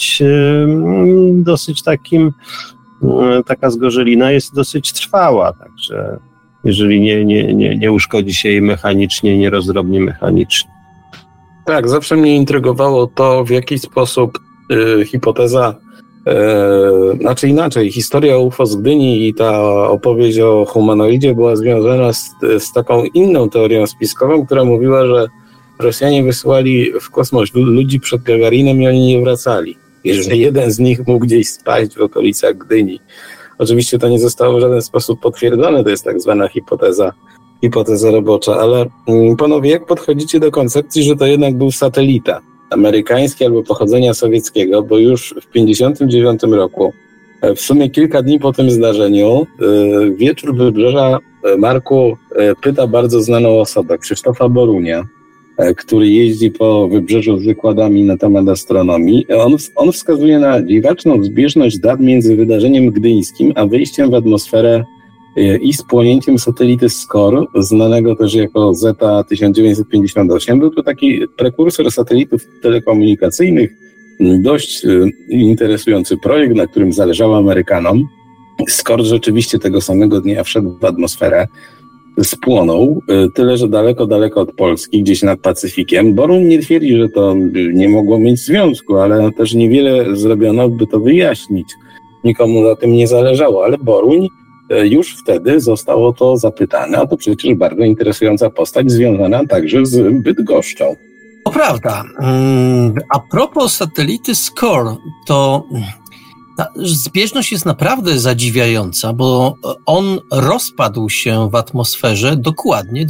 S3: dosyć takim, taka zgorzelina jest dosyć trwała, także jeżeli nie uszkodzi się jej mechanicznie, nie rozdrobni mechanicznie.
S2: Tak, zawsze mnie intrygowało to, w jaki sposób hipoteza, znaczy inaczej, historia UFO z Gdyni i ta opowieść o humanoidzie była związana z taką inną teorią spiskową, która mówiła, że Rosjanie wysyłali w kosmos ludzi przed Gagarinem i oni nie wracali. I że jeden z nich mógł gdzieś spaść w okolicach Gdyni. Oczywiście to nie zostało w żaden sposób potwierdzone, to jest tak zwana hipoteza robocza, ale panowie, jak podchodzicie do koncepcji, że to jednak był satelita amerykański albo pochodzenia sowieckiego, bo już w 1959 roku, w sumie kilka dni po tym zdarzeniu, Wieczór Wybrzeża, Marku, pyta bardzo znaną osobę, Krzysztofa Borunia, który jeździ po Wybrzeżu z wykładami na temat astronomii. On wskazuje na dziwaczną zbieżność dat między wydarzeniem gdyńskim, a wyjściem w atmosferę i spłonięciem satelity SCOR, znanego też jako Zeta 1958. Był to taki prekursor satelitów telekomunikacyjnych, dość interesujący projekt, na którym zależało Amerykanom. SCOR rzeczywiście tego samego dnia wszedł w atmosferę, spłonął, tyle że daleko, daleko od Polski, gdzieś nad Pacyfikiem. Boruń nie twierdzi, że to nie mogło mieć związku, ale też niewiele zrobiono, by to wyjaśnić. Nikomu na tym nie zależało, ale Boruń już wtedy zostało to zapytane, a to przecież bardzo interesująca postać związana także z Bydgoszczą.
S4: To prawda. A propos satelity SCOR, to ta zbieżność jest naprawdę zadziwiająca, bo on rozpadł się w atmosferze dokładnie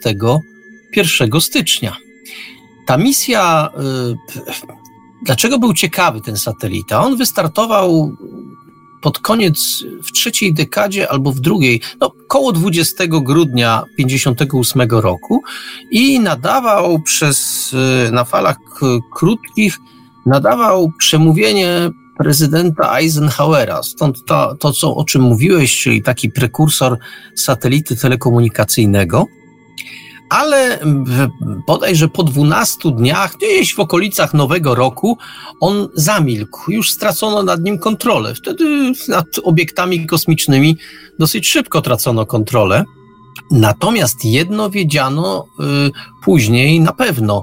S4: 21 stycznia. Ta misja, dlaczego był ciekawy ten satelita? On wystartował pod koniec, w trzeciej dekadzie albo w drugiej, koło 20 grudnia 1958 roku i nadawał na falach krótkich, nadawał przemówienie prezydenta Eisenhowera. Stąd to, o czym mówiłeś, czyli taki prekursor satelity telekomunikacyjnego. Ale bodajże po 12 dniach, gdzieś w okolicach Nowego Roku, on zamilkł. Już stracono nad nim kontrolę. Wtedy nad obiektami kosmicznymi dosyć szybko tracono kontrolę. Natomiast jedno wiedziano później na pewno.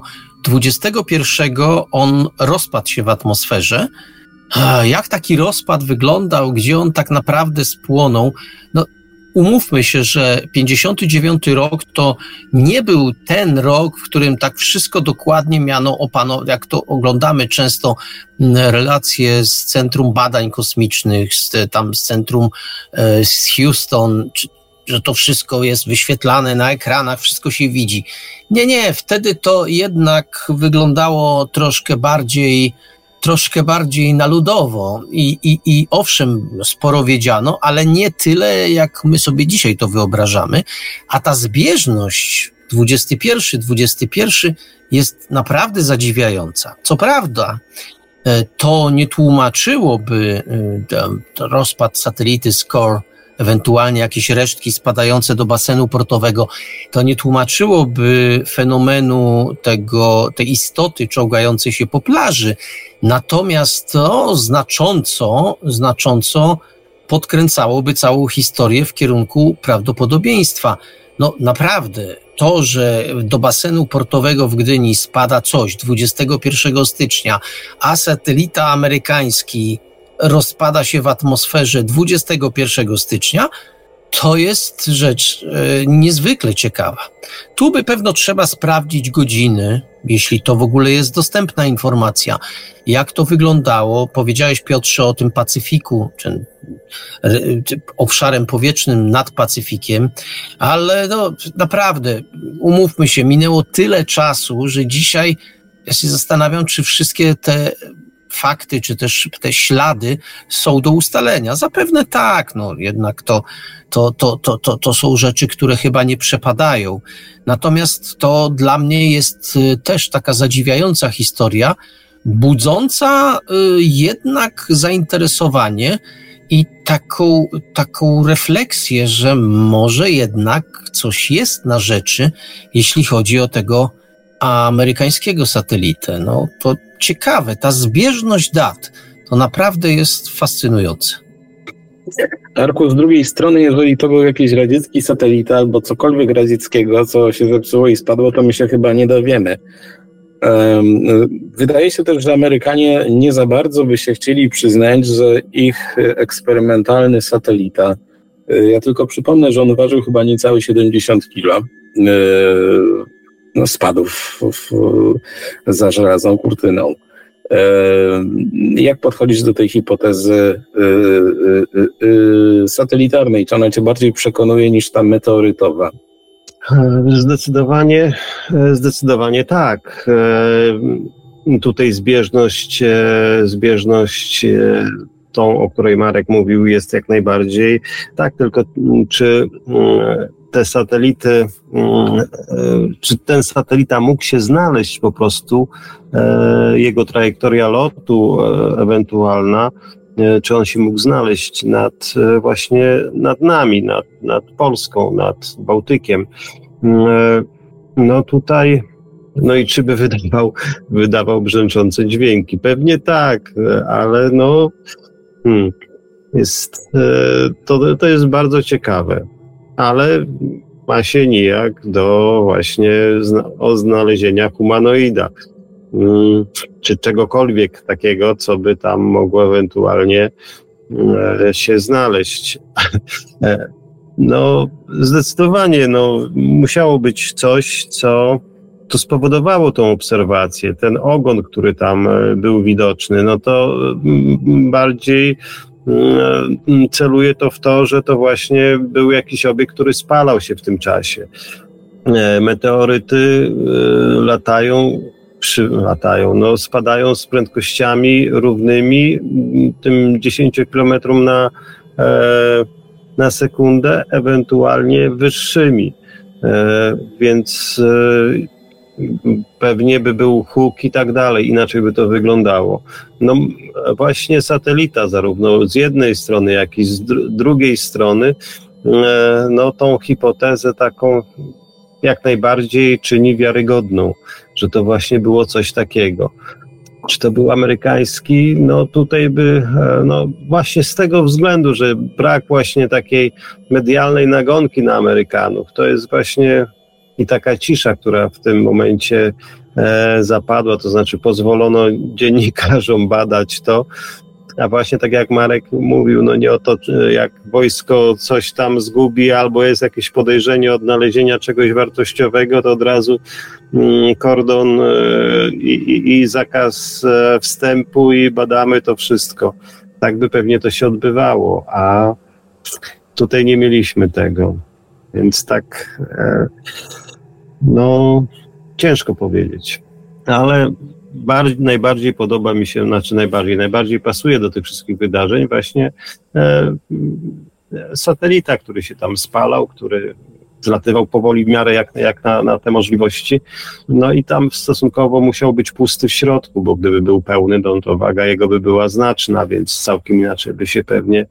S4: 21 on rozpadł się w atmosferze. Jak taki rozpad wyglądał, gdzie on tak naprawdę spłonął? Umówmy się, że 59 rok to nie był ten rok, w którym tak wszystko dokładnie miano opanować, jak to oglądamy często relacje z Centrum Badań Kosmicznych, z Centrum z Houston, że to wszystko jest wyświetlane na ekranach, wszystko się widzi. Nie, wtedy to jednak wyglądało troszkę bardziej na ludowo i owszem, sporo wiedziano, ale nie tyle, jak my sobie dzisiaj to wyobrażamy, a ta zbieżność 21 jest naprawdę zadziwiająca. Co prawda, to nie tłumaczyłoby rozpad satelity SCOR, ewentualnie jakieś resztki spadające do basenu portowego, to nie tłumaczyłoby fenomenu tej istoty czołgającej się po plaży. Natomiast to znacząco podkręcałoby całą historię w kierunku prawdopodobieństwa. Naprawdę, to, że do basenu portowego w Gdyni spada coś 21 stycznia, a satelita amerykański rozpada się w atmosferze 21 stycznia, to jest rzecz niezwykle ciekawa. Tu by pewno trzeba sprawdzić godziny, jeśli to w ogóle jest dostępna informacja. Jak to wyglądało? Powiedziałeś, Piotrze, o tym Pacyfiku, czy obszarem powietrznym nad Pacyfikiem, ale no, naprawdę, umówmy się, minęło tyle czasu, że dzisiaj ja się zastanawiam, czy wszystkie te fakty, czy też te ślady są do ustalenia. Zapewne tak, no jednak to są rzeczy, które chyba nie przepadają. Natomiast to dla mnie jest też taka zadziwiająca historia, budząca jednak zainteresowanie i taką refleksję, że może jednak coś jest na rzeczy, jeśli chodzi o tego amerykańskiego satelitę. No to ciekawe, ta zbieżność dat, to naprawdę jest fascynujące.
S2: Arku, z drugiej strony, jeżeli to był jakiś radziecki satelita albo cokolwiek radzieckiego, co się zepsuło i spadło, to my się chyba nie dowiemy. Wydaje się też, że Amerykanie nie za bardzo by się chcieli przyznać, że ich eksperymentalny satelita, ja tylko przypomnę, że on ważył chyba niecałe 70 kilo, spadł za żelazną kurtyną. Jak podchodzisz do tej hipotezy satelitarnej? Czy ona cię bardziej przekonuje niż ta meteorytowa?
S3: Zdecydowanie tak. Tutaj zbieżność tą, o której Marek mówił, jest jak najbardziej. Tak, tylko czy te satelity, czy ten satelita mógł się znaleźć po prostu, jego trajektoria lotu ewentualna, czy on się mógł znaleźć właśnie nad nami, nad Polską, nad Bałtykiem. No tutaj, no i czy by wydawał brzęczące dźwięki? Pewnie tak, ale no to jest bardzo ciekawe, ale ma się nijak do właśnie znalezienia humanoida, czy czegokolwiek takiego, co by tam mogło ewentualnie się znaleźć. No, zdecydowanie, musiało być coś, co spowodowało tą obserwację. Ten ogon, który tam był widoczny, no to bardziej celuje to w to, że to właśnie był jakiś obiekt, który spalał się w tym czasie. Meteoryty spadają z prędkościami równymi tym 10 km na sekundę, ewentualnie wyższymi. Więc pewnie by był huk i tak dalej, inaczej by to wyglądało. No właśnie satelita zarówno z jednej strony, jak i z drugiej strony, no tą hipotezę taką jak najbardziej czyni wiarygodną, że to właśnie było coś takiego. Czy to był amerykański? No tutaj właśnie z tego względu, że brak właśnie takiej medialnej nagonki na Amerykanów, to jest właśnie i taka cisza, która w tym momencie zapadła, to znaczy pozwolono dziennikarzom badać to, a właśnie tak jak Marek mówił, no nie o to, jak wojsko coś tam zgubi albo jest jakieś podejrzenie odnalezienia czegoś wartościowego, to od razu kordon i zakaz wstępu i badamy to wszystko. Tak by pewnie to się odbywało, a tutaj nie mieliśmy tego. Więc tak, ciężko powiedzieć. Ale najbardziej podoba mi się, najbardziej pasuje do tych wszystkich wydarzeń właśnie satelita, który się tam spalał, który zlatywał powoli w miarę jak na te możliwości. No i tam stosunkowo musiał być pusty w środku, bo gdyby był pełny, to waga jego by była znaczna, więc całkiem inaczej by się pewnie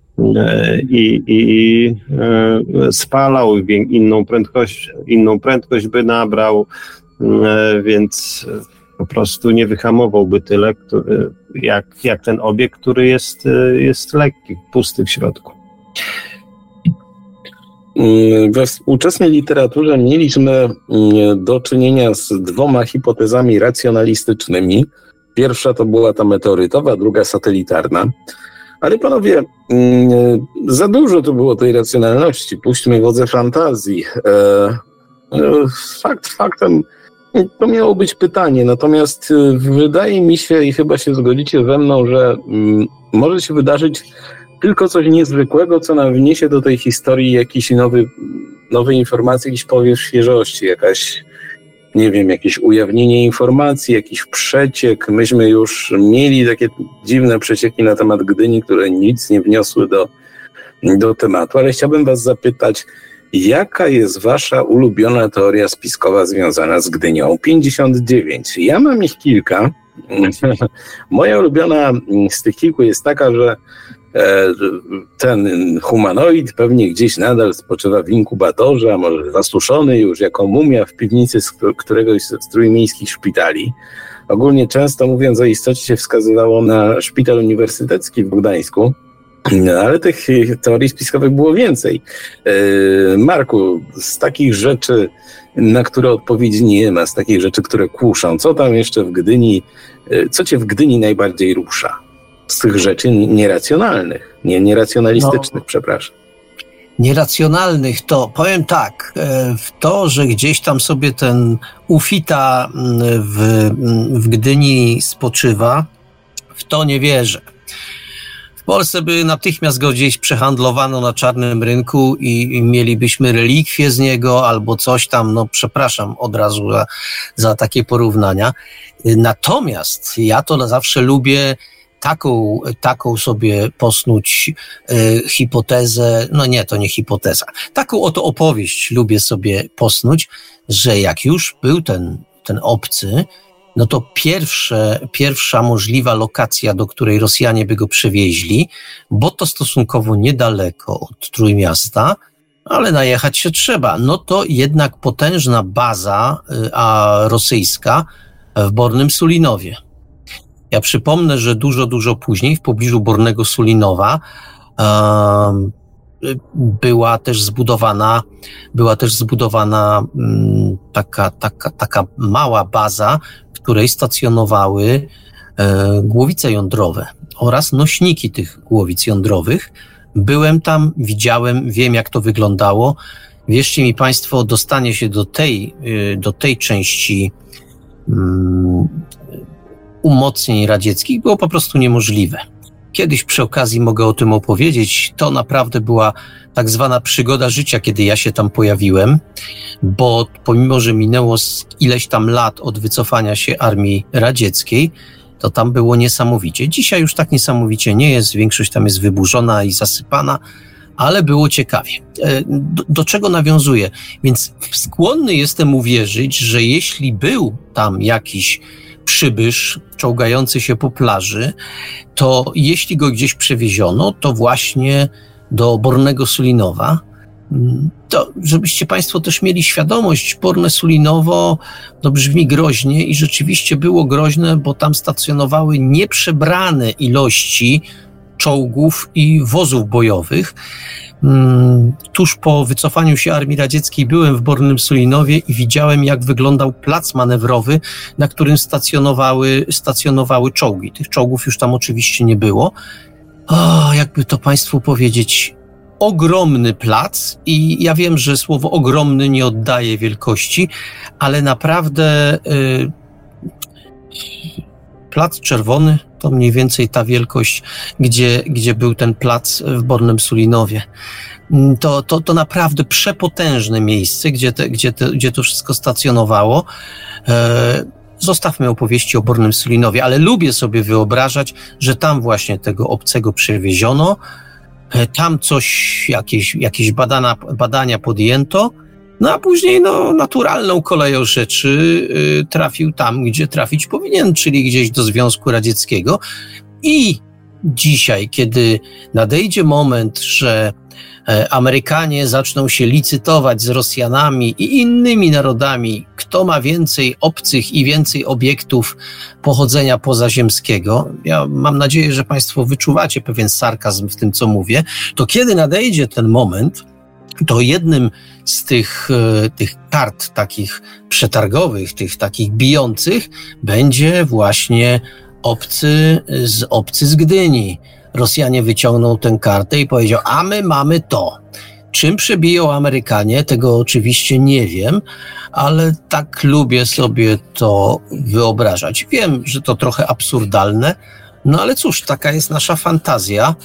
S3: spalał, inną prędkość by nabrał, więc po prostu nie wyhamowałby tyle, jak ten obiekt, który jest lekki, pusty w środku.
S2: We współczesnej literaturze mieliśmy do czynienia z dwoma hipotezami racjonalistycznymi. Pierwsza to była ta meteorytowa, druga satelitarna. Ale panowie, za dużo tu było tej racjonalności. Puśćmy wodze fantazji. Fakt faktem, to miało być pytanie, natomiast wydaje mi się, i chyba się zgodzicie ze mną, że może się wydarzyć tylko coś niezwykłego, co nam wniesie do tej historii jakiś nowe informacje, jakiś powiew świeżości, jakieś ujawnienie informacji, jakiś przeciek. Myśmy już mieli takie dziwne przecieki na temat Gdyni, które nic nie wniosły do tematu, ale chciałbym was zapytać, jaka jest wasza ulubiona teoria spiskowa związana z Gdynią 59? Ja mam ich kilka. Moja ulubiona z tych kilku jest taka, że ten humanoid pewnie gdzieś nadal spoczywa w inkubatorze, a może zasuszony już jako mumia w piwnicy z któregoś z trójmiejskich szpitali. Ogólnie często mówiąc o istocie się wskazywało na szpital uniwersytecki w Gdańsku, ale tych teorii spiskowych było więcej. Marku, z takich rzeczy, na które odpowiedzi nie ma, z takich rzeczy, które kuszą, co tam jeszcze w Gdyni, co cię w Gdyni najbardziej rusza? Z tych rzeczy nieracjonalnych, nieracjonalistycznych, przepraszam.
S4: Nieracjonalnych to, powiem tak, w to, że gdzieś tam sobie ten ufita w Gdyni spoczywa, w to nie wierzę. W Polsce by natychmiast go gdzieś przehandlowano na czarnym rynku i mielibyśmy relikwie z niego albo coś tam, przepraszam od razu za takie porównania. Natomiast ja to zawsze lubię taką sobie posnuć hipotezę, to nie hipoteza, taką oto opowieść lubię sobie posnuć, że jak już był ten obcy, no to pierwsza możliwa lokacja, do której Rosjanie by go przewieźli, bo to stosunkowo niedaleko od Trójmiasta, ale najechać się trzeba, no to jednak potężna baza rosyjska w Bornym Sulinowie. Ja przypomnę, że dużo później w pobliżu Bornego Sulinowa była też zbudowana taka mała baza, w której stacjonowały głowice jądrowe oraz nośniki tych głowic jądrowych. Byłem tam, widziałem, wiem jak to wyglądało. Wierzcie mi państwo, dostanie się do tej części umocnień radzieckich było po prostu niemożliwe. Kiedyś przy okazji mogę o tym opowiedzieć. To naprawdę była tak zwana przygoda życia, kiedy ja się tam pojawiłem, bo pomimo, że minęło ileś tam lat od wycofania się armii radzieckiej, to tam było niesamowicie. Dzisiaj już tak niesamowicie nie jest, większość tam jest wyburzona i zasypana, ale było ciekawie. Do czego nawiązuję? Więc skłonny jestem uwierzyć, że jeśli był tam jakiś przybysz czołgający się po plaży, to jeśli go gdzieś przewieziono, to właśnie do Bornego Sulinowa. To, żebyście państwo też mieli świadomość, Borne Sulinowo brzmi groźnie i rzeczywiście było groźne, bo tam stacjonowały nieprzebrane ilości czołgów i wozów bojowych. Tuż po wycofaniu się armii radzieckiej byłem w Bornym Sulinowie i widziałem, jak wyglądał plac manewrowy, na którym stacjonowały czołgi. Tych czołgów już tam oczywiście nie było. Jakby to państwu powiedzieć, ogromny plac i ja wiem, że słowo ogromny nie oddaje wielkości, ale naprawdę plac czerwony to mniej więcej ta wielkość, gdzie był ten plac w Bornym Sulinowie. To naprawdę przepotężne miejsce, gdzie to wszystko stacjonowało. Zostawmy opowieści o Bornym Sulinowie, ale lubię sobie wyobrażać, że tam właśnie tego obcego przewieziono, tam jakieś badania podjęto, a później naturalną koleją rzeczy trafił tam, gdzie trafić powinien, czyli gdzieś do Związku Radzieckiego. I dzisiaj, kiedy nadejdzie moment, że Amerykanie zaczną się licytować z Rosjanami i innymi narodami, kto ma więcej obcych i więcej obiektów pochodzenia pozaziemskiego. Ja mam nadzieję, że państwo wyczuwacie pewien sarkazm w tym, co mówię. To kiedy nadejdzie ten moment, to jednym z tych kart takich przetargowych, tych takich bijących, będzie właśnie obcy z Gdyni. Rosjanie wyciągną tę kartę i powiedział, a my mamy to. Czym przebiją Amerykanie, tego oczywiście nie wiem, ale tak lubię sobie to wyobrażać. Wiem, że to trochę absurdalne, no ale cóż, taka jest nasza fantazja,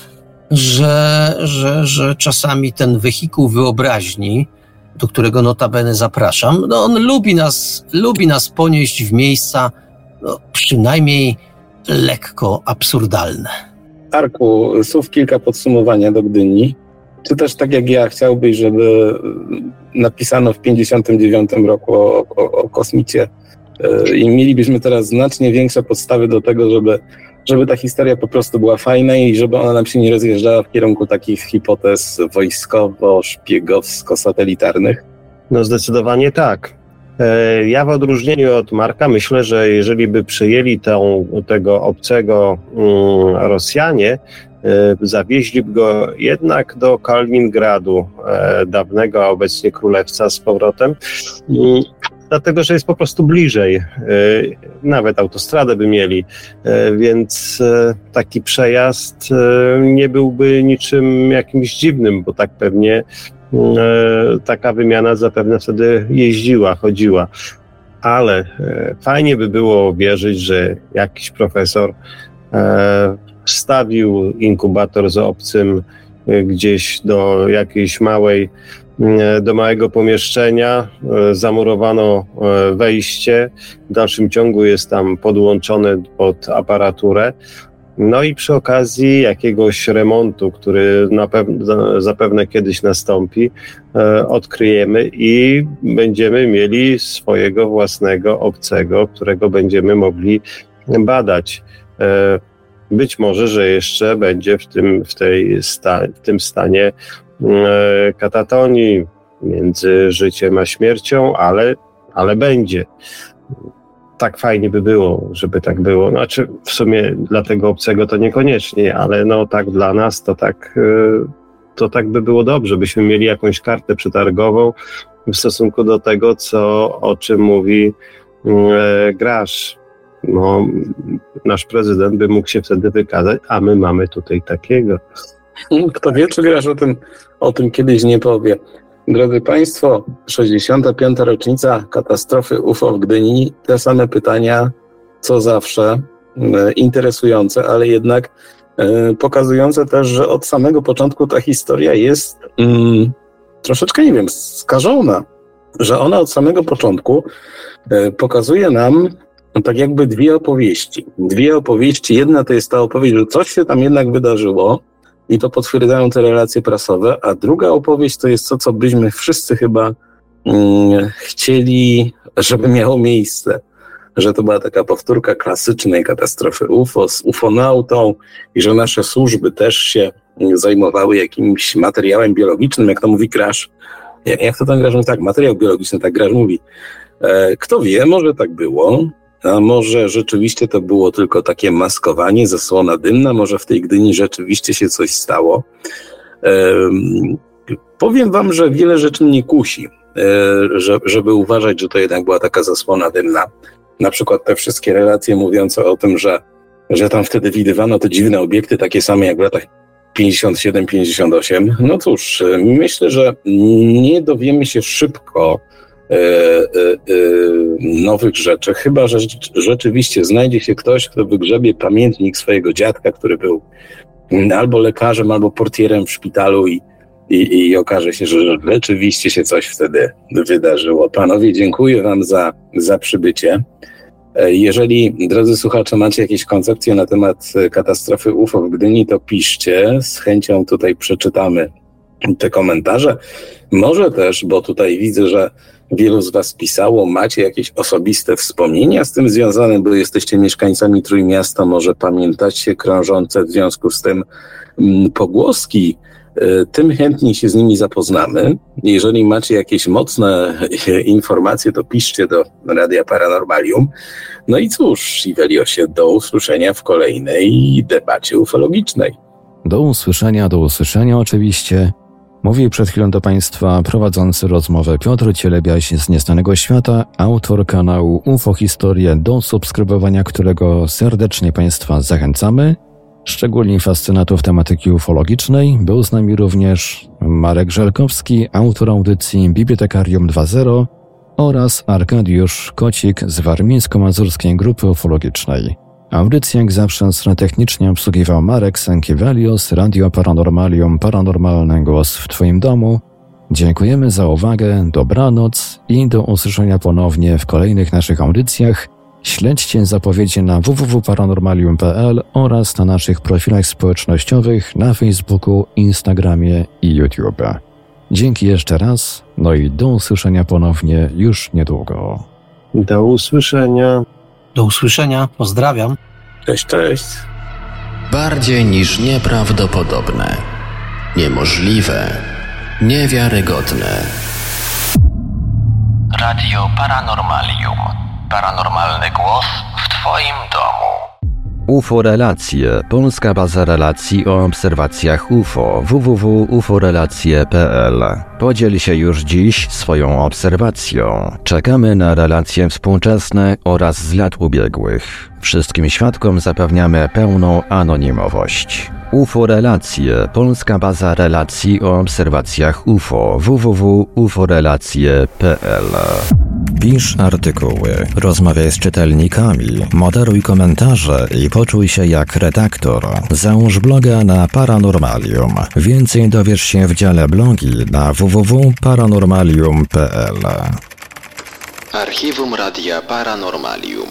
S4: że czasami ten wehikuł wyobraźni, do którego notabene zapraszam, no on lubi nas ponieść w miejsca przynajmniej lekko absurdalne.
S2: Arku, słów kilka podsumowania do Gdyni. Czy też tak jak ja chciałbyś, żeby napisano w 1959 roku o kosmicie i mielibyśmy teraz znacznie większe podstawy do tego, żeby ta historia po prostu była fajna i żeby ona nam się nie rozjeżdżała w kierunku takich hipotez wojskowo-szpiegowsko-satelitarnych?
S3: No zdecydowanie tak. Ja w odróżnieniu od Marka myślę, że jeżeli by przyjęli tego obcego Rosjanie, zawieźliby go jednak do Kaliningradu, dawnego, a obecnie Królewca z powrotem, dlatego, że jest po prostu bliżej. Nawet autostradę by mieli, więc taki przejazd nie byłby niczym jakimś dziwnym, bo tak pewnie taka wymiana zapewne wtedy chodziła. Ale fajnie by było wierzyć, że jakiś profesor wstawił inkubator z obcym gdzieś do jakiejś do małego pomieszczenia, zamurowano wejście, w dalszym ciągu jest tam podłączone pod aparaturę. No i przy okazji jakiegoś remontu, który zapewne kiedyś nastąpi, odkryjemy i będziemy mieli swojego własnego obcego, którego będziemy mogli badać. Być może, że jeszcze będzie w tym stanie katatonii między życiem a śmiercią, ale będzie. Tak fajnie by było, żeby tak było. Znaczy w sumie dla tego obcego to niekoniecznie, ale no tak dla nas to tak by było dobrze, byśmy mieli jakąś kartę przetargową w stosunku do tego, o czym mówi Grasz. No, nasz prezydent by mógł się wtedy wykazać, a my mamy tutaj takiego.
S2: Kto wie, czy Grasz o tym kiedyś nie powie. Drodzy Państwo, 65. rocznica katastrofy UFO w Gdyni. Te same pytania, co zawsze, interesujące, ale jednak pokazujące też, że od samego początku ta historia jest troszeczkę, nie wiem, skażona. Że ona od samego początku pokazuje nam tak jakby dwie opowieści. Jedna to jest ta opowieść, że coś się tam jednak wydarzyło, i to potwierdzają te relacje prasowe, a druga opowieść to jest to, co byśmy wszyscy chyba chcieli, żeby miało miejsce. Że to była taka powtórka klasycznej katastrofy UFO z ufonautą i że nasze służby też się zajmowały jakimś materiałem biologicznym, jak to mówi Grasz. Jak to tam Grasz mówi? Tak, materiał biologiczny, tak Grasz mówi. Kto wie, może tak było. A może rzeczywiście to było tylko takie maskowanie, zasłona dymna, może w tej Gdyni rzeczywiście się coś stało. Powiem wam, że wiele rzeczy mnie kusi, żeby uważać, że to jednak była taka zasłona dymna. Na przykład te wszystkie relacje mówiące o tym, że tam wtedy widywano te dziwne obiekty, takie same jak w latach 57-58. No cóż, myślę, że nie dowiemy się szybko nowych rzeczy, chyba że rzeczywiście znajdzie się ktoś, kto wygrzebie pamiętnik swojego dziadka, który był albo lekarzem, albo portierem w szpitalu i okaże się, że rzeczywiście się coś wtedy wydarzyło. Panowie, dziękuję wam za przybycie. Jeżeli, drodzy słuchacze, macie jakieś koncepcje na temat katastrofy UFO w Gdyni, to piszcie, z chęcią tutaj przeczytamy te komentarze. Może też, bo tutaj widzę, że wielu z was pisało, macie jakieś osobiste wspomnienia z tym związane, bo jesteście mieszkańcami Trójmiasta, może pamiętacie krążące w związku z tym pogłoski, tym chętniej się z nimi zapoznamy. Jeżeli macie jakieś mocne informacje, to piszcie do Radia Paranormalium. No i cóż, Iweliosie, do usłyszenia w kolejnej debacie ufologicznej.
S1: Do usłyszenia oczywiście. Mówił przed chwilą do Państwa prowadzący rozmowę Piotr Cielebiaś z Nieznanego Świata, autor kanału UFO Historie, do subskrybowania którego serdecznie Państwa zachęcamy. Szczególnie fascynatów tematyki ufologicznej był z nami również Marek Żelkowski, autor audycji Bibliotekarium 2.0 oraz Arkadiusz Kocik z Warmińsko-Mazurskiej Grupy Ufologicznej. Audycję jak zawsze technicznie obsługiwał Marek Sękiewelios, Radio Paranormalium, Paranormalny Głos w Twoim domu. Dziękujemy za uwagę, dobranoc i do usłyszenia ponownie w kolejnych naszych audycjach. Śledźcie zapowiedzi na www.paranormalium.pl oraz na naszych profilach społecznościowych na Facebooku, Instagramie i YouTube. Dzięki jeszcze raz, no i do usłyszenia ponownie już niedługo.
S3: Do usłyszenia.
S4: Do usłyszenia, pozdrawiam.
S2: Cześć, cześć.
S5: Bardziej niż nieprawdopodobne, niemożliwe, niewiarygodne. Radio Paranormalium. Paranormalny głos w Twoim domu.
S6: UFO Relacje, polska baza relacji o obserwacjach UFO, www.uforelacje.pl. Podziel się już dziś swoją obserwacją. Czekamy na relacje współczesne oraz z lat ubiegłych. Wszystkim świadkom zapewniamy pełną anonimowość. UFO Relacje, polska baza relacji o obserwacjach UFO, www.uforelacje.pl.
S1: Pisz artykuły, rozmawiaj z czytelnikami, moderuj komentarze i poczuj się jak redaktor. Załóż bloga na Paranormalium. Więcej dowiesz się w dziale blogi na www.paranormalium.pl.
S5: Archiwum Radia Paranormalium.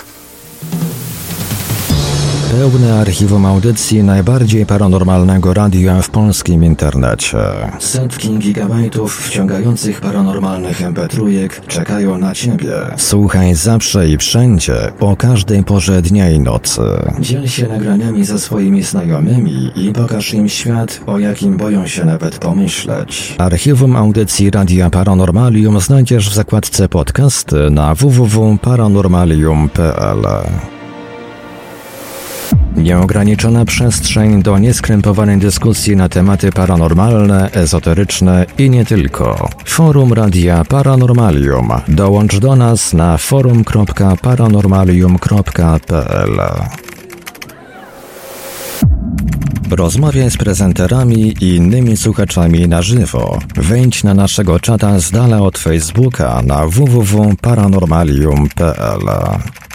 S1: Pełne archiwum audycji najbardziej paranormalnego radia w polskim internecie. Setki gigabajtów wciągających paranormalnych MP3 czekają na Ciebie. Słuchaj zawsze i wszędzie, o każdej porze dnia i nocy. Dziel się nagraniami ze swoimi znajomymi i pokaż im świat, o jakim boją się nawet pomyśleć. Archiwum audycji Radia Paranormalium znajdziesz w zakładce podcasty na www.paranormalium.pl. Nieograniczona przestrzeń do nieskrępowanej dyskusji na tematy paranormalne, ezoteryczne i nie tylko. Forum Radia Paranormalium. Dołącz do nas na forum.paranormalium.pl. Rozmawiaj z prezenterami i innymi słuchaczami na żywo. Wejdź na naszego czata z dala od Facebooka na www.paranormalium.pl.